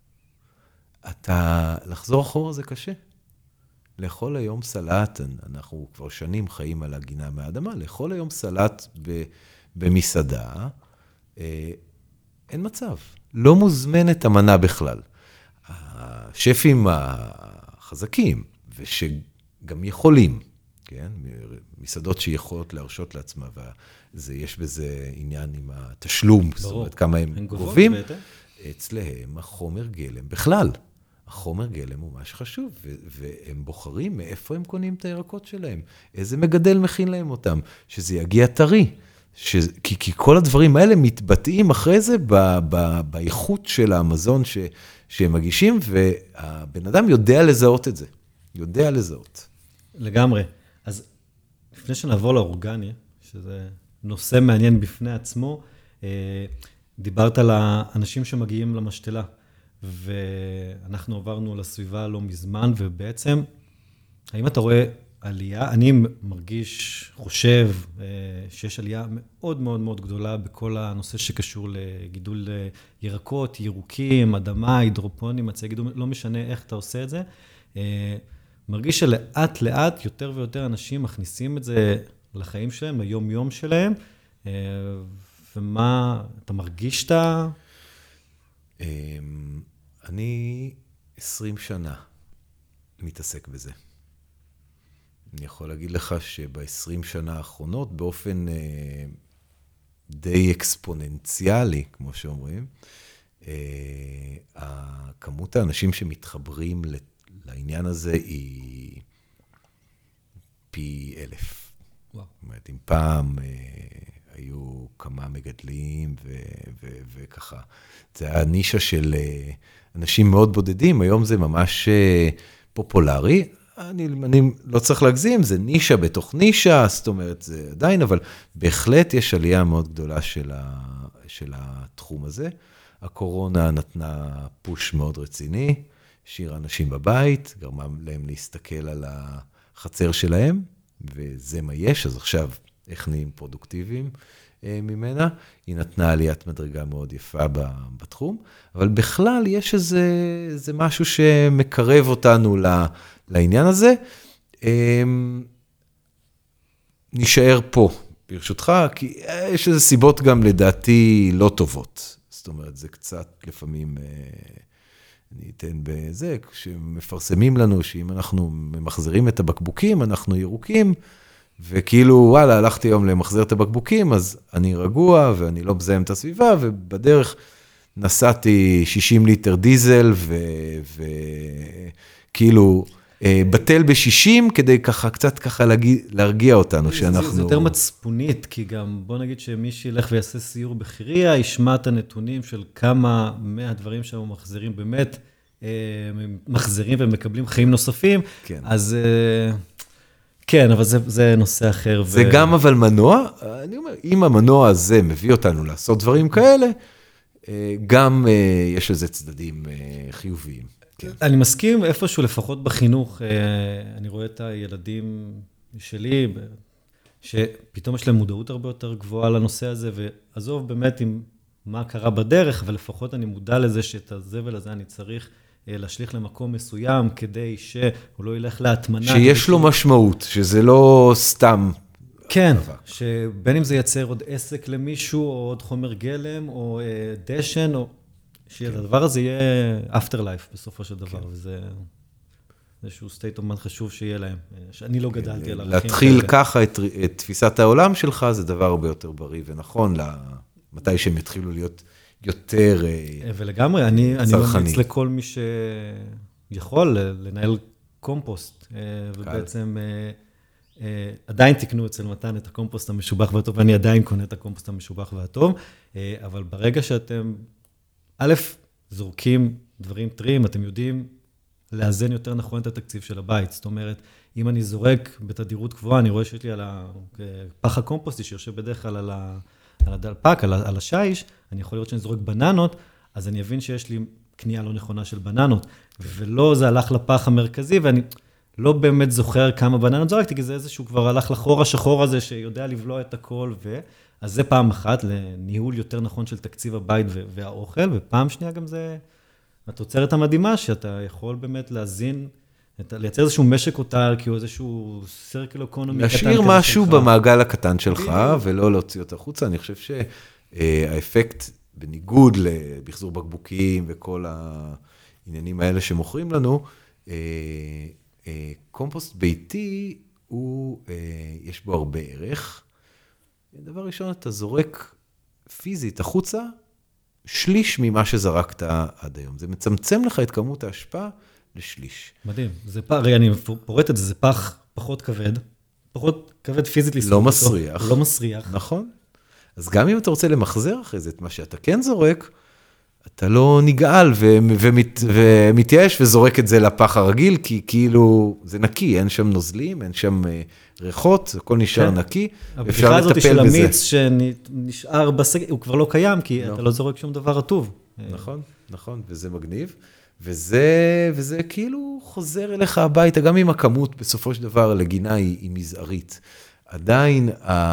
לחזור אחורה זה קשה. לאכול היום סלט, אנחנו כבר שנים חיים על הגינה מהאדמה, לאכול היום סלט במסעדה, אין מצב. לא מוזמנת המנה בכלל. השפים החזקים, ושגם יכולים, כן? מסעדות שיכולות להרשות לעצמה, ויש בזה עניין עם התשלום, זאת אומרת, כמה הם גובים. אצלהם החומר גלם בכלל. החומר גלם הוא ממש חשוב, והם בוחרים מאיפה הם קונים את הירקות שלהם, איזה מגדל מכין להם אותם, שזה יגיע טרי, כי כל הדברים האלה מתבטאים אחרי זה באיכות של המזון שהם מגישים, והבן אדם יודע לזהות את זה, יודע לזהות. לגמרי. אז לפני שנעבור לאורגני, שזה נושא מעניין בפני עצמו, דיברת על האנשים שמגיעים למשתלה, ואנחנו עברנו לסביבה לא מזמן, ובעצם, האם אתה רואה עלייה? אני מרגיש, חושב, שיש עלייה מאוד מאוד מאוד גדולה בכל הנושא שקשור לגידול ירקות, ירוקים, אדמה, הידרופונים, עצי גידול, לא משנה איך אתה עושה את זה. מרגיש שלאט לאט יותר ויותר אנשים מכניסים את זה לחיים שלהם, ליום יום שלהם, ומה, אתה מרגיש את אני 20 שנה מתעסק בזה. אני יכול להגיד לך שב-20 שנה האחרונות, באופן די אקספוננציאלי, כמו שאומרים, כמות האנשים שמתחברים לעניין הזה היא פי 1,000. וואו. זאת אומרת, אם פעם היו כמה מגדלים וככה, זה היה נישה של אנשים מאוד בודדים, היום זה ממש פופולרי, אני לא צריך להגזים, זה נישה בתוך נישה, זאת אומרת, זה עדיין, אבל בהחלט יש עלייה מאוד גדולה של התחום הזה. הקורונה נתנה פוש מאוד רציני, השאירה אנשים בבית, גרמה להם להסתכל על החצר שלהם, וזה מה יש, אז עכשיו איך נהיים פרודוקטיביים ממנה. היא נתנה עליית מדרגה מאוד יפה בתחום, אבל בכלל יש איזה משהו שמקרב אותנו לעניין הזה. נשאר פה, ברשותך, כי יש איזה סיבות גם לדעתי לא טובות. זאת אומרת, זה קצת לפעמים, אני אתן בזה, כשמפרסמים לנו שאם אנחנו ממחזרים את הבקבוקים, אנחנו ירוקים, וכאילו, וואלה, הלכתי היום למחזר את הבקבוקים, אז אני רגוע ואני לא מזהם את הסביבה, ובדרך נסעתי 60 ליטר דיזל, וכאילו, בטל ב-60, כדי ככה, קצת ככה להרגיע אותנו, שאנחנו... זה יותר מצפונית, כי גם בוא נגיד שמי שילך ויעשה סיור בחירייה, ישמע את הנתונים של כמה מהדברים שאנחנו מחזירים באמת, מחזרים ומקבלים חיים נוספים, כן. אז... כן, אבל זה נושא אחר. זה גם אבל מנוע, אני אומר, אם המנוע הזה מביא אותנו לעשות דברים כאלה, גם יש לזה צדדים חיוביים. אני מסכים איפשהו, לפחות בחינוך, אני רואה את הילדים שלי, שפתאום יש להם מודעות הרבה יותר גבוהה לנושא הזה, ועזוב באמת עם מה קרה בדרך, אבל לפחות אני מודע לזה שאת הזבל הזה אני צריך להשליך למקום מסוים, כדי שהוא לא ילך להטמנה. שיש לו משמעות, שזה לא סתם. כן, שבין אם זה ייצר עוד עסק למישהו, או עוד חומר גלם, או דשן, או שהדבר הזה יהיה after life בסופו של דבר, וזה איזשהו state of mind חשוב שיהיה להם, שאני לא גדלתי על ערכים. להתחיל ככה את תפיסת העולם שלך, זה דבר הרבה יותר בריא ונכון, מתי שהם יתחילו להיות יותר ולגמרי, אני ממליץ לכל מי שיכול לנהל קומפוסט, ובעצם עדיין תקנו אצל מתן את הקומפוסט המשובח והטוב, ואני עדיין קונה את הקומפוסט המשובח והטוב, אבל ברגע שאתם, א', זורקים דברים טריים, אתם יודעים לאזן יותר נכון את התקציב של הבית. זאת אומרת, אם אני זורק בתדירות קבועה, אני רואה שיש לי על הפח הקומפוסטי, שיושב בדרך כלל על הדלפק, על השיש, אני יכול לראות שאני זורק בננות, אז אני אבין שיש לי קנייה לא נכונה של בננות, ולא זה הלך לפח המרכזי, ואני לא באמת זוכר כמה בננות זורקתי, כי זה איזשהו כבר הלך לחור השחור הזה, שיודע לבלוע את הכל, אז זה פעם אחת, לניהול יותר נכון של תקציב הבית והאוכל, ופעם שנייה גם זה התוצרת המדהימה, שאתה יכול באמת להזין, לייצר איזשהו משק אוטרקי, או איזשהו סרקל אקונומי קטן. להשאיר משהו במעגל הקטן שלך, ולא להוציא אותו החוצה. אני חושב שהאפקט, בניגוד לבחזור בקבוקים, וכל העניינים האלה שמוכרים לנו, קומפוסט ביתי, יש בו הרבה ערך. דבר ראשון, אתה זורק פיזית החוצה, שליש ממה שזרקת עד היום. זה מצמצם לך את כמות ההשפעה לשליש. מדהים. זה פח, אני פורט את זה, זה פח פחות כבד, פחות כבד פיזית לסרוק. לא מסריח. לא מסריח. נכון. אז גם אם אתה רוצה למחזר אחרי זה את מה שאתה כן זורק, אתה לא נגעל ומתייאש וזורק את זה לפח הרגיל, כי כאילו זה נקי, אין שם נוזלים, אין שם ריחות, הכל נשאר נקי, אפשר לטפל בזה. הבדיחה הזאת של המיץ שנשאר בסגל, הוא כבר לא קיים, כי אתה לא זורק שום דבר רטוב. נכון, נכון, וזה מגניב, וזה כאילו חוזר אליך הביתה, גם אם הכמות בסופו של דבר לגינה היא מזערית. עדיין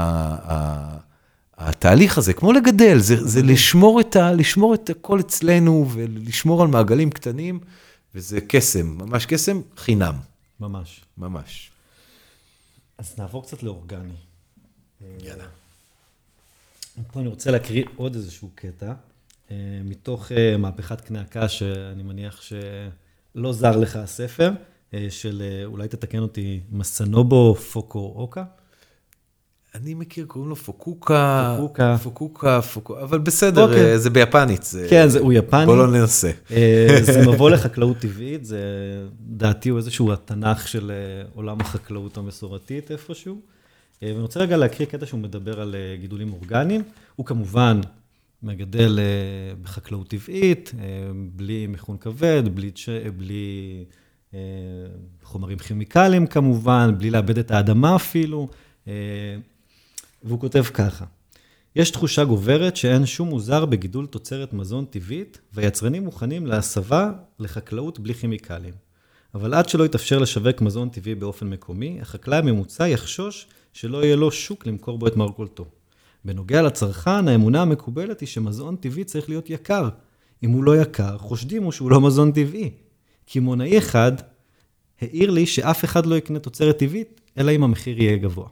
התהליך הזה, כמו לגדל, זה לשמור את הכל אצלנו, ולשמור על מעגלים קטנים, וזה קסם, ממש קסם חינם. ממש. ממש. אז נעבור קצת לאורגני. יאללה. פה אני רוצה להקריא עוד איזשהו קטע, מתוך מהפכת קנה הקש, שאני מניח שלא זר לך הספר, של, אולי תתקן אותי, מסנובו פוקואוקה. אני מכיר, קוראים לו פוקוקה, אבל בסדר, זה ביפנית. כן, הוא יפני. בוא לא ננסה. זה מבוא לחקלאות טבעית, זה דעתי הוא איזשהו התנ"ך של עולם החקלאות המסורתית איפשהו. ואני רוצה רגע להקריא קטע שהוא מדבר על גידולים אורגניים. הוא כמובן מגדל בחקלאות טבעית, בלי מכון כבד, בלי חומרים כימיקליים כמובן, בלי לאבד את האדמה אפילו. והוא כותב ככה, יש תחושה גוברת שאין שום מוזר בגידול תוצרת מזון טבעית, והיצרנים מוכנים להסבה לחקלאות בלי כימיקלים. אבל עד שלא יתאפשר לשווק מזון טבעי באופן מקומי, החקלאי הממוצע יחשוש שלא יהיה לו שוק למכור בו את מרכולתו. בנוגע לצרכן, האמונה המקובלת היא שמזון טבעי צריך להיות יקר. אם הוא לא יקר, חושדים הוא שהוא לא מזון טבעי. קמעונאי אחד העיר לי שאף אחד לא יקנה תוצרת טבעית, אלא אם המחיר יהיה גבוה.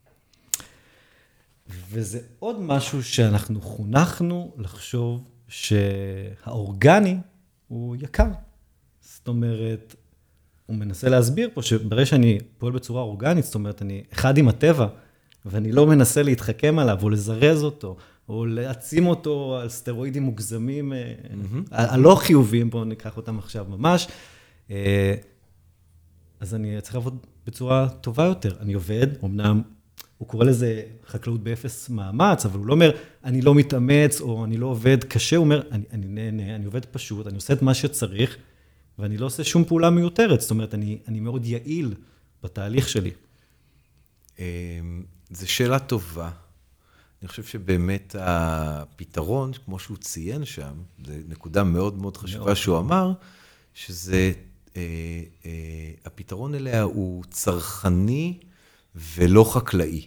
וזה עוד משהו שאנחנו חונכנו לחשוב שהאורגני הוא יקר. זאת אומרת, הוא מנסה להסביר פה שברגע שאני פועל בצורה אורגנית, זאת אומרת, אני אחד עם הטבע, ואני לא מנסה להתחכם עליו, או לזרז אותו, או להעצים אותו על סטרואידים מוגזמים, הלא חיוביים, בואו ניקח אותם עכשיו ממש, אז אני צריך לעבוד בצורה טובה יותר. אני עובד, אמנם, הוא קורא לזה חקלאות באפס מאמץ, אבל הוא לא אומר, אני לא מתאמץ, או אני לא עובד קשה, הוא אומר, אני נהנה, אני עובד פשוט, אני עושה את מה שצריך, ואני לא עושה שום פעולה מיותרת, זאת אומרת, אני מאוד יעיל בתהליך שלי. זו שאלה טובה. אני חושב שבאמת הפתרון, כמו שהוא ציין שם, זו נקודה מאוד מאוד חשובה שהוא אמר, שזה, הפתרון אליה הוא צרכני ולא חקלאי.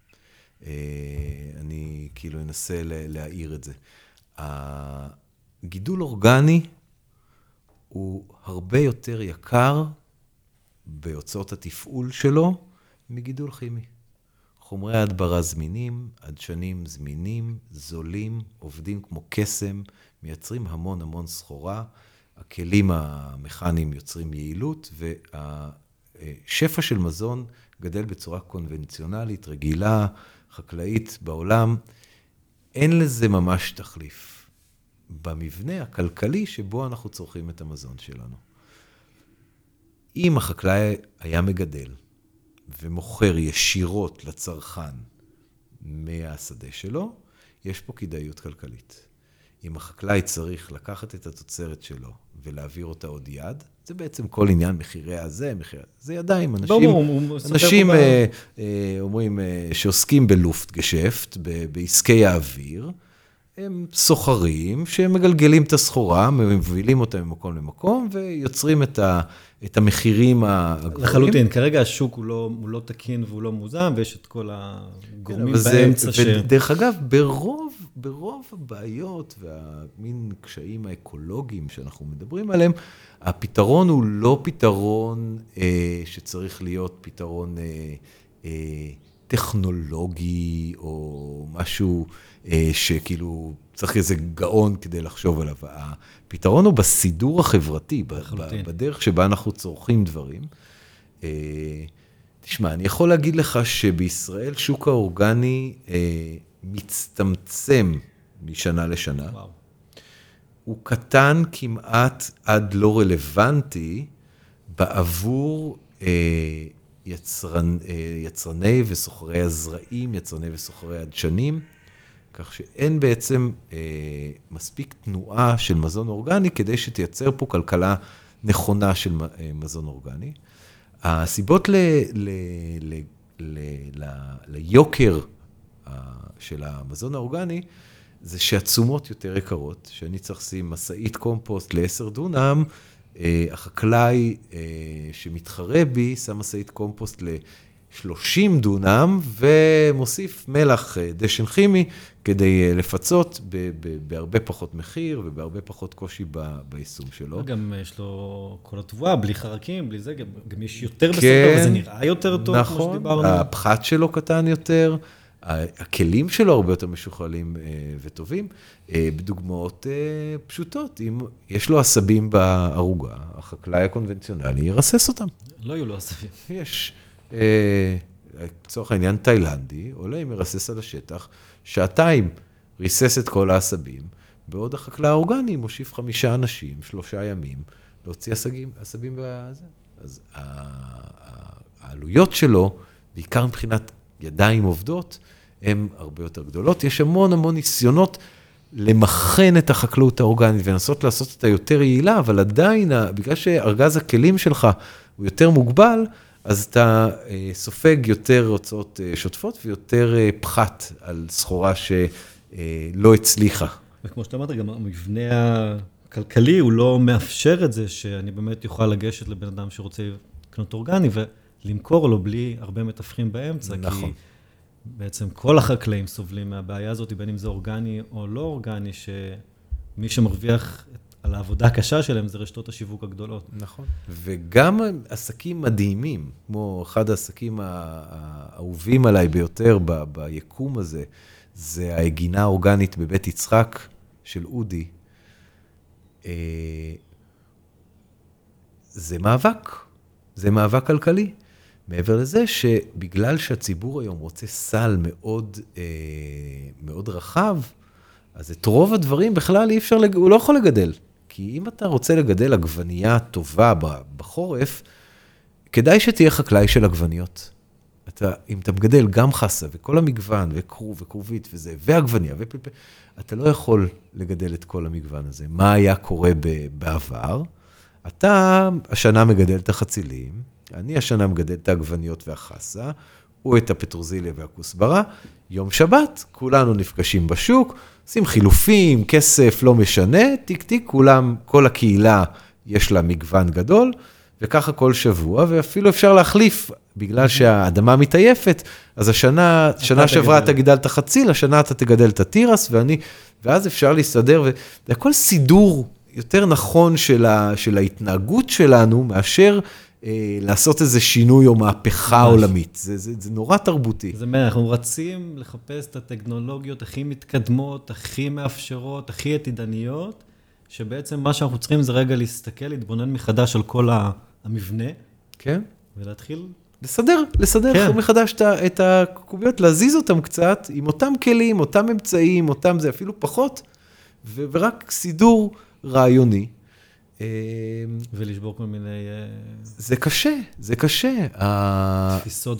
אני כאילו אנסה להעיר את זה. הגידול אורגני הוא הרבה יותר יקר בהוצאות התפעול שלו מגידול כימי. חומרי הדברה זמינים, עדשנים זמינים, זולים, עובדים כמו קסם, מייצרים המון המון סחורה, הכלים המכניים יוצרים יעילות, והשפע של מזון גדל בצורה קונבנציונלית, רגילה, חקלאית בעולם. אין לזה ממש תחליף במבנה הכלכלי שבו אנחנו צורכים את המזון שלנו. אם החקלאי היה מגדל ומוכר ישירות לצרכן מהשדה שלו, יש פה כדאיות כלכלית. אם החקלאי צריך לקחת את התוצרת שלו ולהעביר אותה עוד יד, זה בעצם כל עניין מחירי הזה, זה ידיים. אנשים אומרים שעוסקים בלופטגשפט, בעסקי האוויר, הם סוחרים שמגלגלים את הסחורה, מובילים אותה ממקום למקום, ויוצרים את המחירים הגבוהים. לחלוטין, כרגע השוק הוא לא תקין והוא לא מוזם, ויש את כל הגורמים באמצע ודרך אגב, ברוב הבעיות והמין קשיים האקולוגיים שאנחנו מדברים עליהם, הפתרון הוא לא פתרון שצריך להיות פתרון טכנולוגי, או משהו שכאילו צריך איזה גאון כדי לחשוב עליו. הפתרון הוא בסידור החברתי, בדרך שבה אנחנו צורכים דברים. תשמע, אני יכול להגיד לך שבישראל שוק האורגני מצטמצם משנה לשנה. וואו. הוא קטן כמעט עד לא רלוונטי בעבור יצרני וסוחרי הזרעים, יצרני וסוחרי הדשנים, כך שאין בעצם מספיק תנועה של מזון אורגני כדי שתייצר פה כלכלה נכונה של מזון אורגני. הסיבות ליוקר של המזון האורגני זה שהתשומות יותר יקרות, שאני צריך לשים מסעית קומפוסט ל10 דונם, החקלאי שמתחרה בי שם מסעית קומפוסט ל30 דונם, ומוסיף מלח דשן כימי כדי לפצות בהרבה פחות מחיר ובהרבה פחות קושי ביישום שלו. גם יש לו כל התבואה, בלי חרקים, בלי זה, גם יש יותר בסדר, וזה נראה יותר טוב, נכון, כמו שדיברנו. הפחת שלו קטן יותר, הכלים שלו הרבה יותר משוכללים וטובים, בדוגמאות פשוטות. אם יש לו עשבים בערוגה, החקלאי הקונבנציונלי ירסס אותם. לא יהיו לו עשבים. יש, לצורך העניין תאילנדי, עולה עם מרסס על השטח, שעתיים ריסס את כל העשבים, בעוד החקלאי האורגני מושיב 5 אנשים, 3 ימים, להוציא עשבים בזה. אז העלויות שלו, בעיקר מבחינת ידיים עובדות, הן הרבה יותר גדולות. יש המון ניסיונות למכן את החקלאות האורגנית, ולנסות לעשות אותה יותר יעילה, אבל עדיין, בגלל שארגז הכלים שלך הוא יותר מוגבל, אז אתה סופג יותר הוצאות שוטפות, ויותר פחת על סחורה שלא הצליחה. וכמו שאתה אמרת, גם המבנה הכלכלי, הוא לא מאפשר את זה, שאני באמת יוכל לגשת לבן אדם שרוצה לקנות אורגני, ולמכור לו בלי הרבה מתווכים באמצע, נכון. כי בעצם כל החקלאים סובלים מהבעיה הזאת, בין אם זה אורגני או לא אורגני, שמי שמרוויח על העבודה הקשה שלהם, זה רשתות השיווק הגדולות. נכון. וגם עסקים מדהימים, כמו אחד העסקים האהובים עליי ביותר ביקום הזה, זה ההגינה האורגנית בבית יצחק של אודי. זה מאבק כלכלי. מעבר לזה שבגלל שהציבור היום רוצה סל מאוד רחב, אז את רוב הדברים בכלל הוא לא יכול לגדל. כי אם אתה רוצה לגדל עגבנייה טובה בחורף, כדאי שתהיה חקלאי של עגבניות. אם אתה מגדל גם חסה וכל המגוון וכרוב וכרובית וזה, ועגבניה ופלפל, אתה לא יכול לגדל את כל המגוון הזה. מה היה קורה בעבר? אתה השנה מגדל את החצילים, אני השנה מגדל את העגבניות והחסה, או את הפטרוזיליה והכוסברה, יום שבת, כולנו נפגשים בשוק, עושים חילופים, כסף, לא משנה, טיק, כל הקהילה יש לה מגוון גדול, וככה כל שבוע, ואפילו אפשר להחליף, בגלל שהאדמה מתעייפת, אז שנה שעברה אתה תגדל את החציל, השנה אתה תגדל את התירס, ואז אפשר להסתדר, וזה הכל סידור יותר נכון של ההתנהגות שלנו, מאשר לעשות איזה שינוי או מהפכה עולמית. זה נורא תרבותי. אנחנו רצים לחפש את הטכנולוגיות הכי מתקדמות, הכי מאפשרות, הכי עתידניות, שבעצם מה שאנחנו צריכים זה רגע להסתכל, להתבונן מחדש על כל המבנה. כן. ולהתחיל לסדר מחדש את הקוביות, להזיז אותם קצת, עם אותם כלים, אותם אמצעים, אותם זה אפילו פחות, ורק סידור רעיוני. ולשבור כל מיני... זה קשה. תפיסות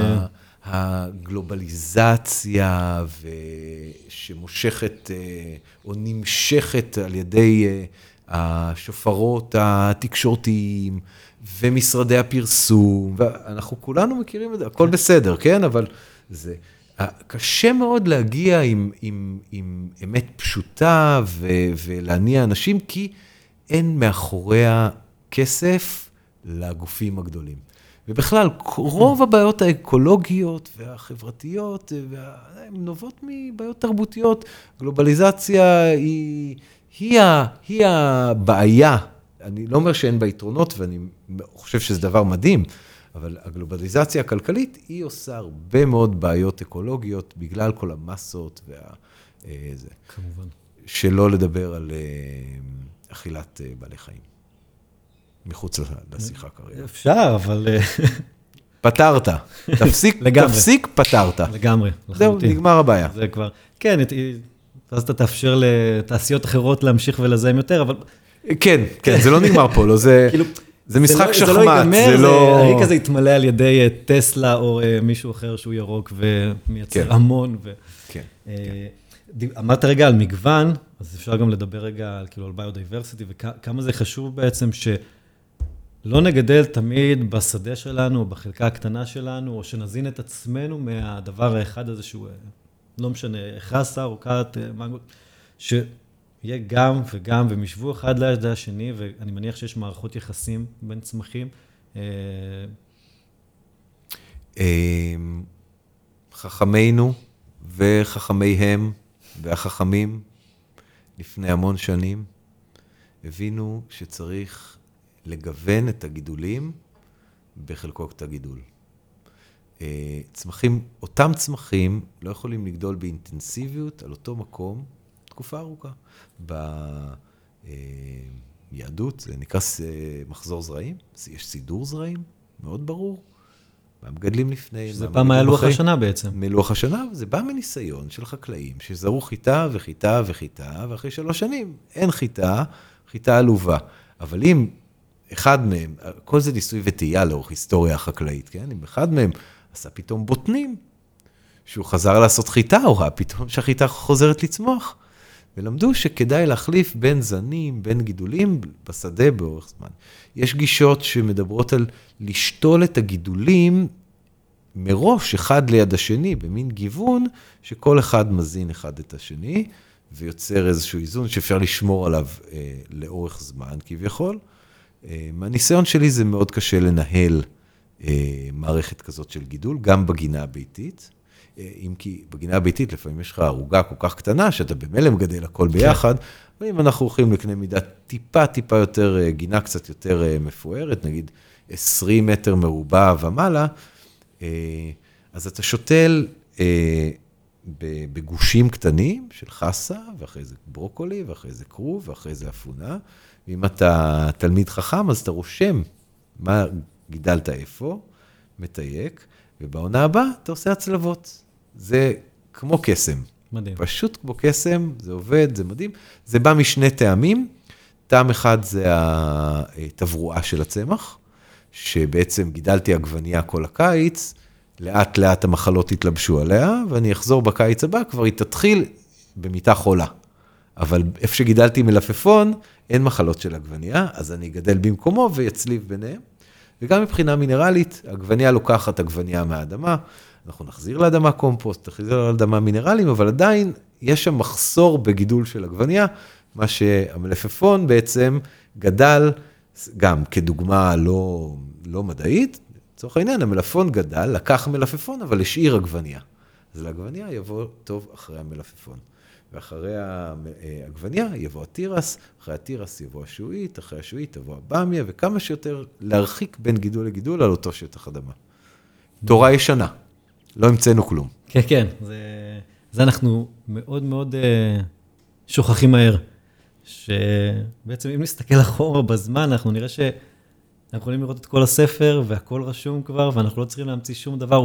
הגלובליזציה שמושכת או נמשכת על ידי השופרות התקשורתיים ומשרדי הפרסום, ואנחנו כולנו מכירים את זה, הכל בסדר, כן? אבל זה קשה מאוד להגיע עם אמת פשוטה ולהניע אנשים, כי אין מאחוריה כסף לגופים הגדולים. ובכלל, רוב הבעיות האקולוגיות והחברתיות, הן נובעות מבעיות תרבותיות. גלובליזציה היא הבעיה. אני לא אומר שאין בה יתרונות, ואני חושב שזה דבר מדהים, אבל הגלובליזציה הכלכלית, היא עושה הרבה מאוד בעיות אקולוגיות, בגלל כל המסות וזה. כמובן. שלא לדבר על אכילת בעלי חיים. מחוץ לשיחה כרגע. אפשר, אבל... פתרת. תפסיק, פתרת. לגמרי. זהו, נגמר הבעיה. זה כבר... כן, אז אתה תאפשר לתעשיות אחרות להמשיך ולזהם יותר, אבל... כן, זה לא נגמר פה, זה משחק שחמט. זה לא ייגמר, הריק הזה יתמלא על ידי טסלה או מישהו אחר שהוא ירוק ומייצר המון. כן. אמרת רגע על מגוון, אז אפשר גם לדבר רגע על ביודייברסיטי, וכמה זה חשוב בעצם שלא נגדל תמיד בשדה שלנו, או בחלקה הקטנה שלנו, או שנזין את עצמנו מהדבר האחד הזה שהוא, לא משנה, חסה, רוקת, מנגו, שיהיה גם וגם, והם ישבו אחד ליד השני, ואני מניח שיש מערכות יחסים בין צמחים. חכמינו וחכמיהם והחכמים לפני המון שנים הבינו שצריך לגוון את הגידולים בחלקות הגידול. אותם צמחים לא יכולים לגדול באינטנסיביות על אותו מקום תקופה ארוכה. ביהדות זה נקרא מחזור זרעים, יש סידור זרעים, מאוד ברור. מה מגדלים לפני? שזה פעם היה לוח השנה בעצם. מלוח השנה, זה בא מניסיון של חקלאים, שזרו חיטה וחיטה וחיטה, ואחרי 3 שנים אין חיטה, חיטה עלובה. אבל אם אחד מהם, כל זה ניסוי וטעייה לאורך היסטוריה החקלאית, כן? אם אחד מהם עשה פתאום בוטנים, שהוא חזר לעשות חיטה, או ראה פתאום שהחיטה חוזרת לצמוח. ולמדו שכדאי להחליף בין זנים, בין גידולים בשדה באורך זמן. יש גישות שמדברות על לשתול את הגידולים מראש אחד ליד השני, במין גיוון, שכל אחד מזין אחד את השני, ויוצר איזשהו איזון שאפשר לשמור עליו לאורך זמן כביכול. מהניסיון שלי זה מאוד קשה לנהל מערכת כזאת של גידול, גם בגינה הביתית. אם כי בגינה הביתית לפעמים יש לך ערוגה כל כך קטנה, שאתה במילא מגדל הכל ביחד, ואם אנחנו הולכים לקנה מידה טיפה יותר, גינה קצת יותר מפוארת, נגיד 20 מטר מרובע ומעלה, אז אתה שותל בגושים קטנים של חסה, ואחרי זה ברוקולי, ואחרי זה כרוב, ואחרי זה אפונה, ואם אתה תלמיד חכם, אז אתה רושם מה גידלת איפה, מתייק, ובעונה הבאה אתה עושה הצלבות. זה כמו קסם. מדהים. פשוט כמו קסם, זה עובד, זה מדהים. זה בא משני טעמים. טעם אחד זה התברואה של הצמח, שבעצם גידלתי עגבנייה כל הקיץ, לאט לאט המחלות התלבשו עליה, ואני אחזור בקיץ הבא, כבר היא תתחיל במיטה חולה. אבל איפה שגידלתי מלפפון, אין מחלות של עגבנייה, אז אני אגדל במקומו ויצליב ביניהם. וגם מבחינה מינרלית, עגבנייה לוקחת עגבנייה מהאדמה, אנחנו נחזיר לאדמה קומפוסט, נחזיר לאדמה מינרלים, אבל עדיין יש שם מחסור בגידול של עגבנייה, מה שהמלפפון בעצם גדל, גם כדוגמה לא מדעית, לצורך העניין, המלפפון גדל, לקח מלפפון, אבל השאיר עגבנייה. אז לעגבנייה יבוא טוב אחרי המלפפון. ואחרי העגבנייה יבוא התירס, אחרי התירס יבוא השעועית, אחרי השעועית יבוא הבאמיה, וכמה שיותר להרחיק בין גידול לגידול על אותו שטח אדמה. תורה ישנה, לא המצאנו כלום. כן, כן, זה אנחנו מאוד מאוד שוכחים מהר, שבעצם אם נסתכל אחורה בזמן, אנחנו נראה שאנחנו יכולים לראות את כל הספר, והכל רשום כבר, ואנחנו לא צריכים להמציא שום דבר.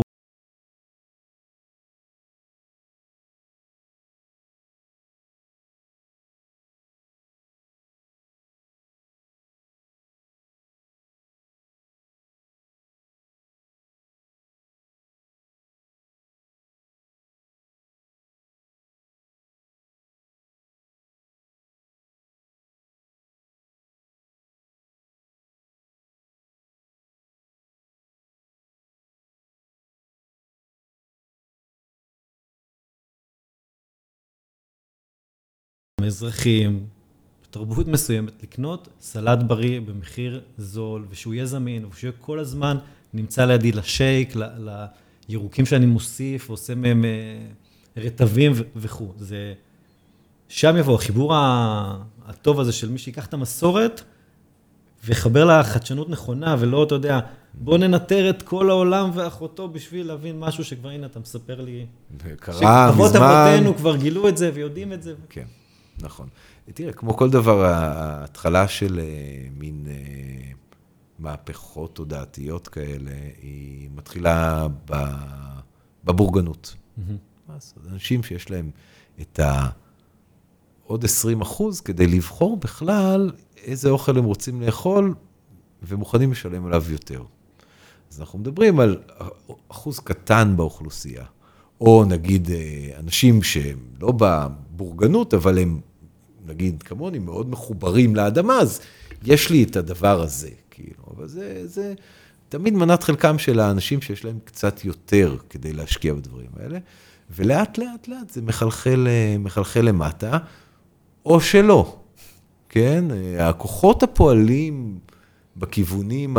אזרחים, תרבות מסוימת, לקנות סלט בריא במחיר זול, ושהוא יהיה זמין, ושהוא יהיה כל הזמן נמצא לידי לשייק, לירוקים שאני מוסיף, ועושה מהם רטבים וכו'. שם יבוא החיבור הטוב הזה של מי שיקח את המסורת, וחבר לה חדשנות נכונה, ולא, אתה יודע, בוא ננטר את כל העולם ואחותו בשביל להבין משהו שכבר, הנה, אתה מספר לי, קרה מזמן. שאבות אבותינו כבר גילו את זה ויודעים את זה. כן. נכון. תראה, כמו כל דבר, ההתחלה של מין מהפכות תודעתיות כאלה, היא מתחילה בבורגנות. אז אנשים שיש להם את עוד 20% כדי לבחור בכלל איזה אוכל הם רוצים לאכול, ומוכנים לשלם עליו יותר. אז אנחנו מדברים על אחוז קטן באוכלוסייה. או נגיד אנשים שהם לא בבורגנות, אבל הם, נגיד כמוני, מאוד מחוברים לאדמה, אז יש לי את הדבר הזה, כאילו. אבל זה תמיד מנת חלקם של האנשים שיש להם קצת יותר כדי להשקיע בדברים האלה, ולאט לאט לאט זה מחלחל למטה, או שלא, כן? הכוחות הפועלים בכיוונים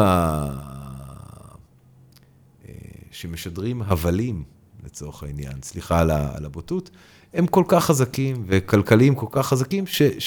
שמשדרים הבלים, לצורך העניין, סליחה על הבוטות, הם כל כך חזקים וכלכליים כל כך חזקים,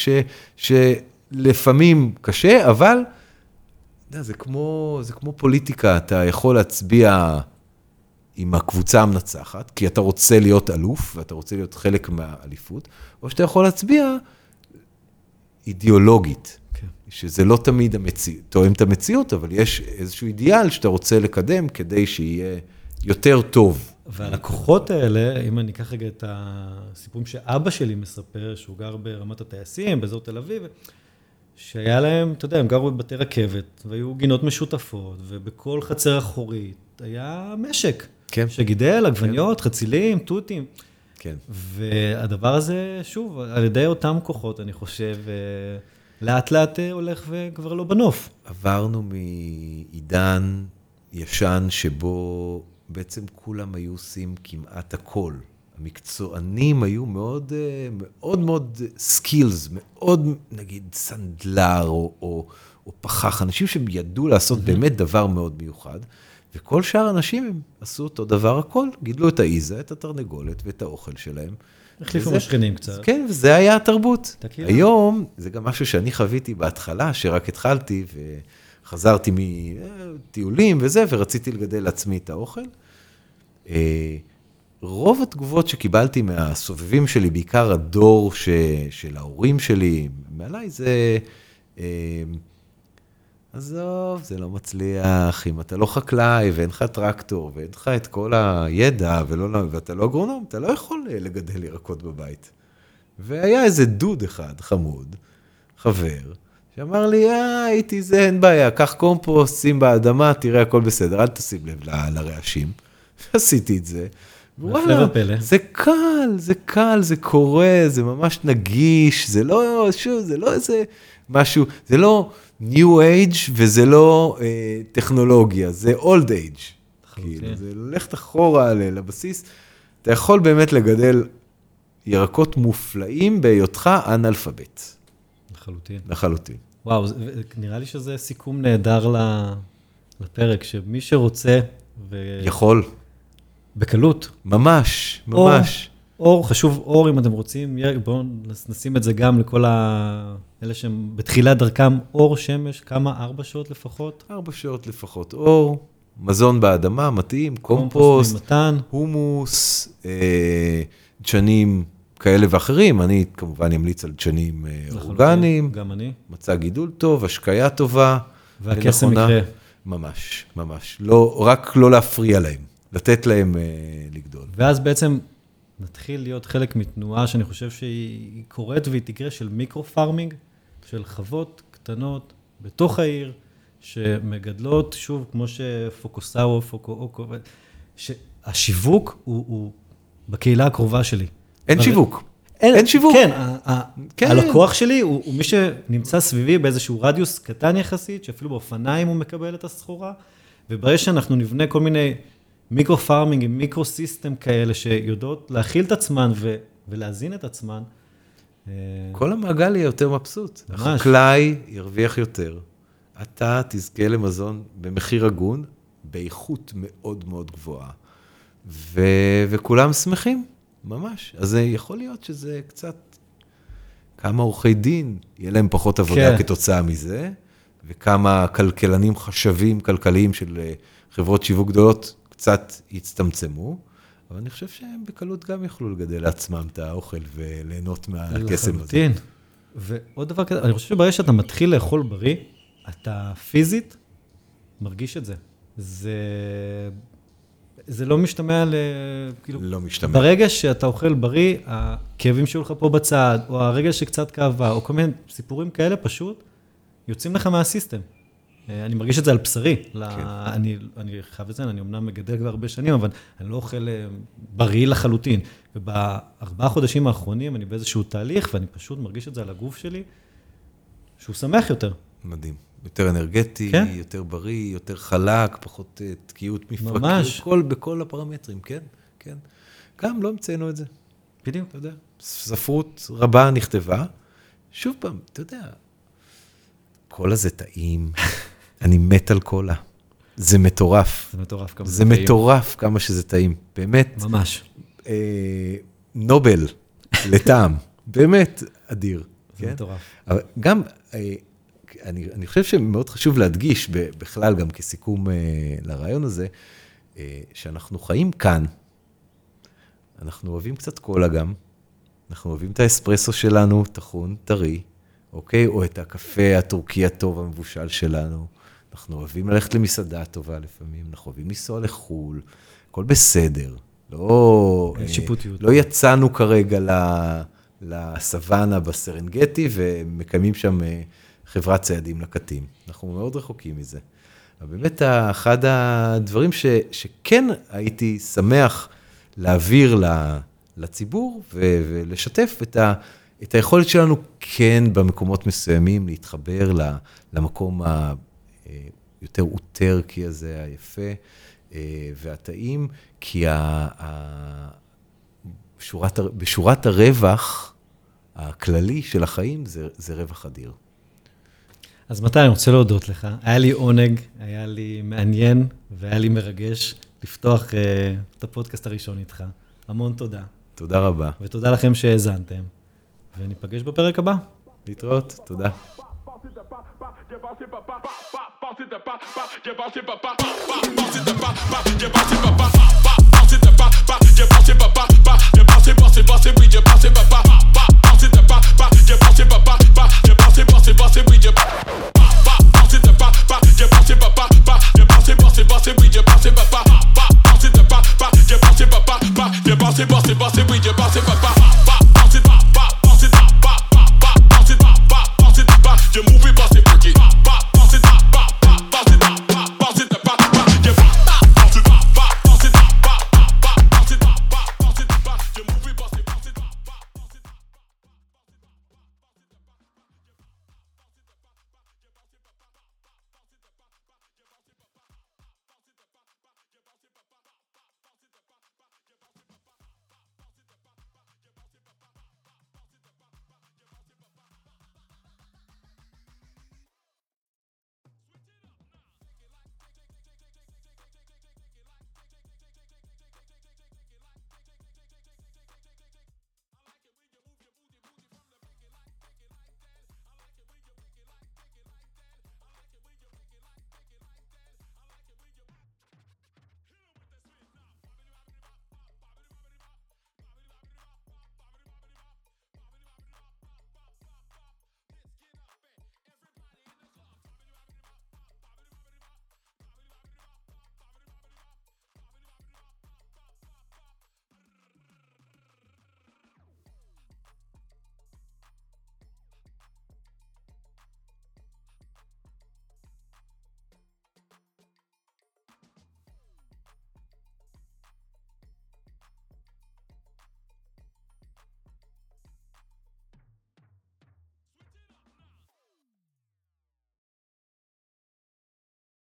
שלפעמים קשה, אבל זה כמו פוליטיקה, אתה יכול להצביע עם הקבוצה המנצחת, כי אתה רוצה להיות אלוף, ואתה רוצה להיות חלק מהאליפות, או שאתה יכול להצביע אידיאולוגית, שזה לא תמיד תואם את המציאות, אבל יש איזשהו אידיאל שאתה רוצה לקדם, כדי שיהיה יותר טוב. והלקוחות האלה, אם אני אקח רגע את הסיפורים שאבא שלי מספר, שהוא גר ברמת הטייסים, באזור תל אביב, שהיה להם, אתה יודע, הם גרו בבתי רכבת, והיו גינות משותפות, ובכל חצר אחורית היה משק, כן. שגידל עגבניות, חצילים, תותים. כן. והדבר הזה, שוב, על ידי אותם כוחות, אני חושב, לאט לאט הולך וכבר לא בנוף. עברנו מעידן ישן שבו בעצם כולם היו עושים כמעט הכל. המקצוענים היו מאוד, מאוד, מאוד סקילס, מאוד, נגיד, סנדלר או פחח, אנשים שידעו לעשות באמת דבר מאוד מיוחד, וכל שאר האנשים הם עשו אותו דבר הכל, גידלו את האיזה, את התרנגולת ואת האוכל שלהם. החליפו משכנים קצת. כן, וזה היה התרבות. היום, זה גם משהו שאני חוויתי בהתחלה, שרק התחלתי וחזרתי מטיולים וזה, ורציתי לגדל לעצמי את האוכל. רוב התגובות שקיבלתי מהסובבים שלי, בעיקר הדור של ההורים שלי, מעליי זה, עזוב, זה לא מצליח, אם אתה לא חקלאי ואין לך טרקטור ואין לך את כל הידע ואתה לא אגרונום, אתה לא יכול לגדל ירקות בבית. והיה איזה דוד אחד, חמוד, חבר, שאמר לי, הייתי זה, אין בעיה, קח קומפוסט, שים באדמה, תראה, הכל בסדר, אל תשים לב לרעשים. עשיתי את זה. וואלה, זה קל, זה קל, זה קורה, זה ממש נגיש, זה לא, שוב, זה לא איזה משהו, זה לא New Age וזה לא טכנולוגיה, זה Old Age. כאילו, זה ללכת אחורה לבסיס. אתה יכול באמת לגדל ירקות מופלאים בהיותך אנאלפבית. לחלוטין. לחלוטין. וואו, נראה לי שזה סיכום נהדר לפרק, שמי שרוצה יכול. בקלות. ממש, ממש. אור, חשוב אור אם אתם רוצים, בואו נשים את זה גם לכל אלה שהם בתחילת דרכם, אור, שמש, כמה? 4 שעות לפחות? 4 שעות לפחות. אור, מזון באדמה, מתאים, קומפוסט, הומוס, דשנים כאלה ואחרים. אני כמובן אמליץ על דשנים אורגניים. גם אני. מצא גידול טוב, השקיה טובה. והקסם יקרה. ממש, ממש. רק לא להפריע להם, לתת להם לגדול. ואז בעצם נתחיל להיות חלק מתנועה שאני חושב שהיא קורית והיא תקרה של מיקרו-פארמינג, של חוות קטנות בתוך העיר, שמגדלות, שוב, כמו שפוקוסאו, פוקואוקו, שהשיווק הוא בקהילה הקרובה שלי. אין שיווק. אין שיווק. כן, הלקוח שלי הוא מי שנמצא סביבי באיזשהו רדיוס קטן יחסית, שאפילו באופניים הוא מקבל את הסחורה, וברגע שאנחנו נבנה כל מיני מיקרו-פארמינג עם מיקרו-סיסטם כאלה שיודעות להכיל את עצמן ולהזין את עצמן. כל המעגל יהיה יותר מבסוט. החקלאי ירוויח יותר. אתה תזכה למזון במחיר הגון, באיכות מאוד מאוד גבוהה. וכולם שמחים, ממש. אז זה יכול להיות שזה קצת, כמה עורכי דין, יהיה להם פחות עבודה כתוצאה מזה, וכמה כלכלנים חשבים כלכליים של חברות שיווק גדולות, קצת יצטמצמו, אבל אני חושב שהם בקלות גם יוכלו לגדל לעצמם את האוכל וליהנות מהקסם הזה. לחלוטין. ועוד דבר כזה, אני חושב שברגע שאתה מתחיל לאכול בריא, אתה פיזית מרגיש את זה. זה לא משתמע כאילו, לא משתמע. ברגע שאתה אוכל בריא, הכאבים שהיו לך פה בצד, או הרגל שקצת כאבה, או כל מיני סיפורים כאלה פשוט, יוצאים לך מהסיסטם. אני מרגיש את זה על בשרי. אני חייב לציין, אני אמנם מגדל כבר הרבה שנים, אבל אני לא אוכל בריא לחלוטין. וב4 חודשים האחרונים אני באיזשהו תהליך, ואני פשוט מרגיש את זה על הגוף שלי, שהוא שמח יותר. מדהים. יותר אנרגטי, יותר בריא, יותר חלק, פחות תקיעות מפרקים. ממש. בכל הפרמטרים, כן, כן. גם לא המצאנו את זה. בדיוק. אתה יודע, ספרות רבה נכתבה. שוב פעם, אתה יודע, קולה זה טעים, אני מת על קולה. זה מטורף. זה מטורף כמה זה מטורף כמה שזה טעים. באמת. ממש. נובל לטעם. באמת אדיר. זה מטורף. אבל גם, אני חושב שמאוד חשוב להדגיש, בכלל גם כסיכום לרעיון הזה, שאנחנו חיים כאן. אנחנו אוהבים קצת קולה גם, אנחנו אוהבים את האספרסו שלנו, טחון, טרי, אוקיי? או את הקפה הטורקי הטוב המבושל שלנו. אנחנו אוהבים ללכת למסעדה טובה לפעמים, אנחנו אוהבים לנסוע לחול, הכל בסדר. לא יצאנו כרגע לסוואנה בסרנגטי, ומקיימים שם חברת ציידים לקטים. אנחנו מאוד רחוקים מזה. אבל באמת, אחד הדברים שכן הייתי שמח להעביר לציבור, ולשתף את היכולת שלנו כן במקומות מסוימים, להתחבר למקום היותר אוטרקי הזה, היפה, והטעים, כי בשורת הרווח הכללי של החיים זה רווח אדיר. אז מתי אני רוצה להודות לך. היה לי עונג, היה לי מעניין והיה לי מרגש לפתוח את הפודקאסט הראשון איתך. המון תודה. תודה רבה. ותודה לכם שהאזנתם. וניפגש בפרק הבא. להתראות, תודה. Bounce it,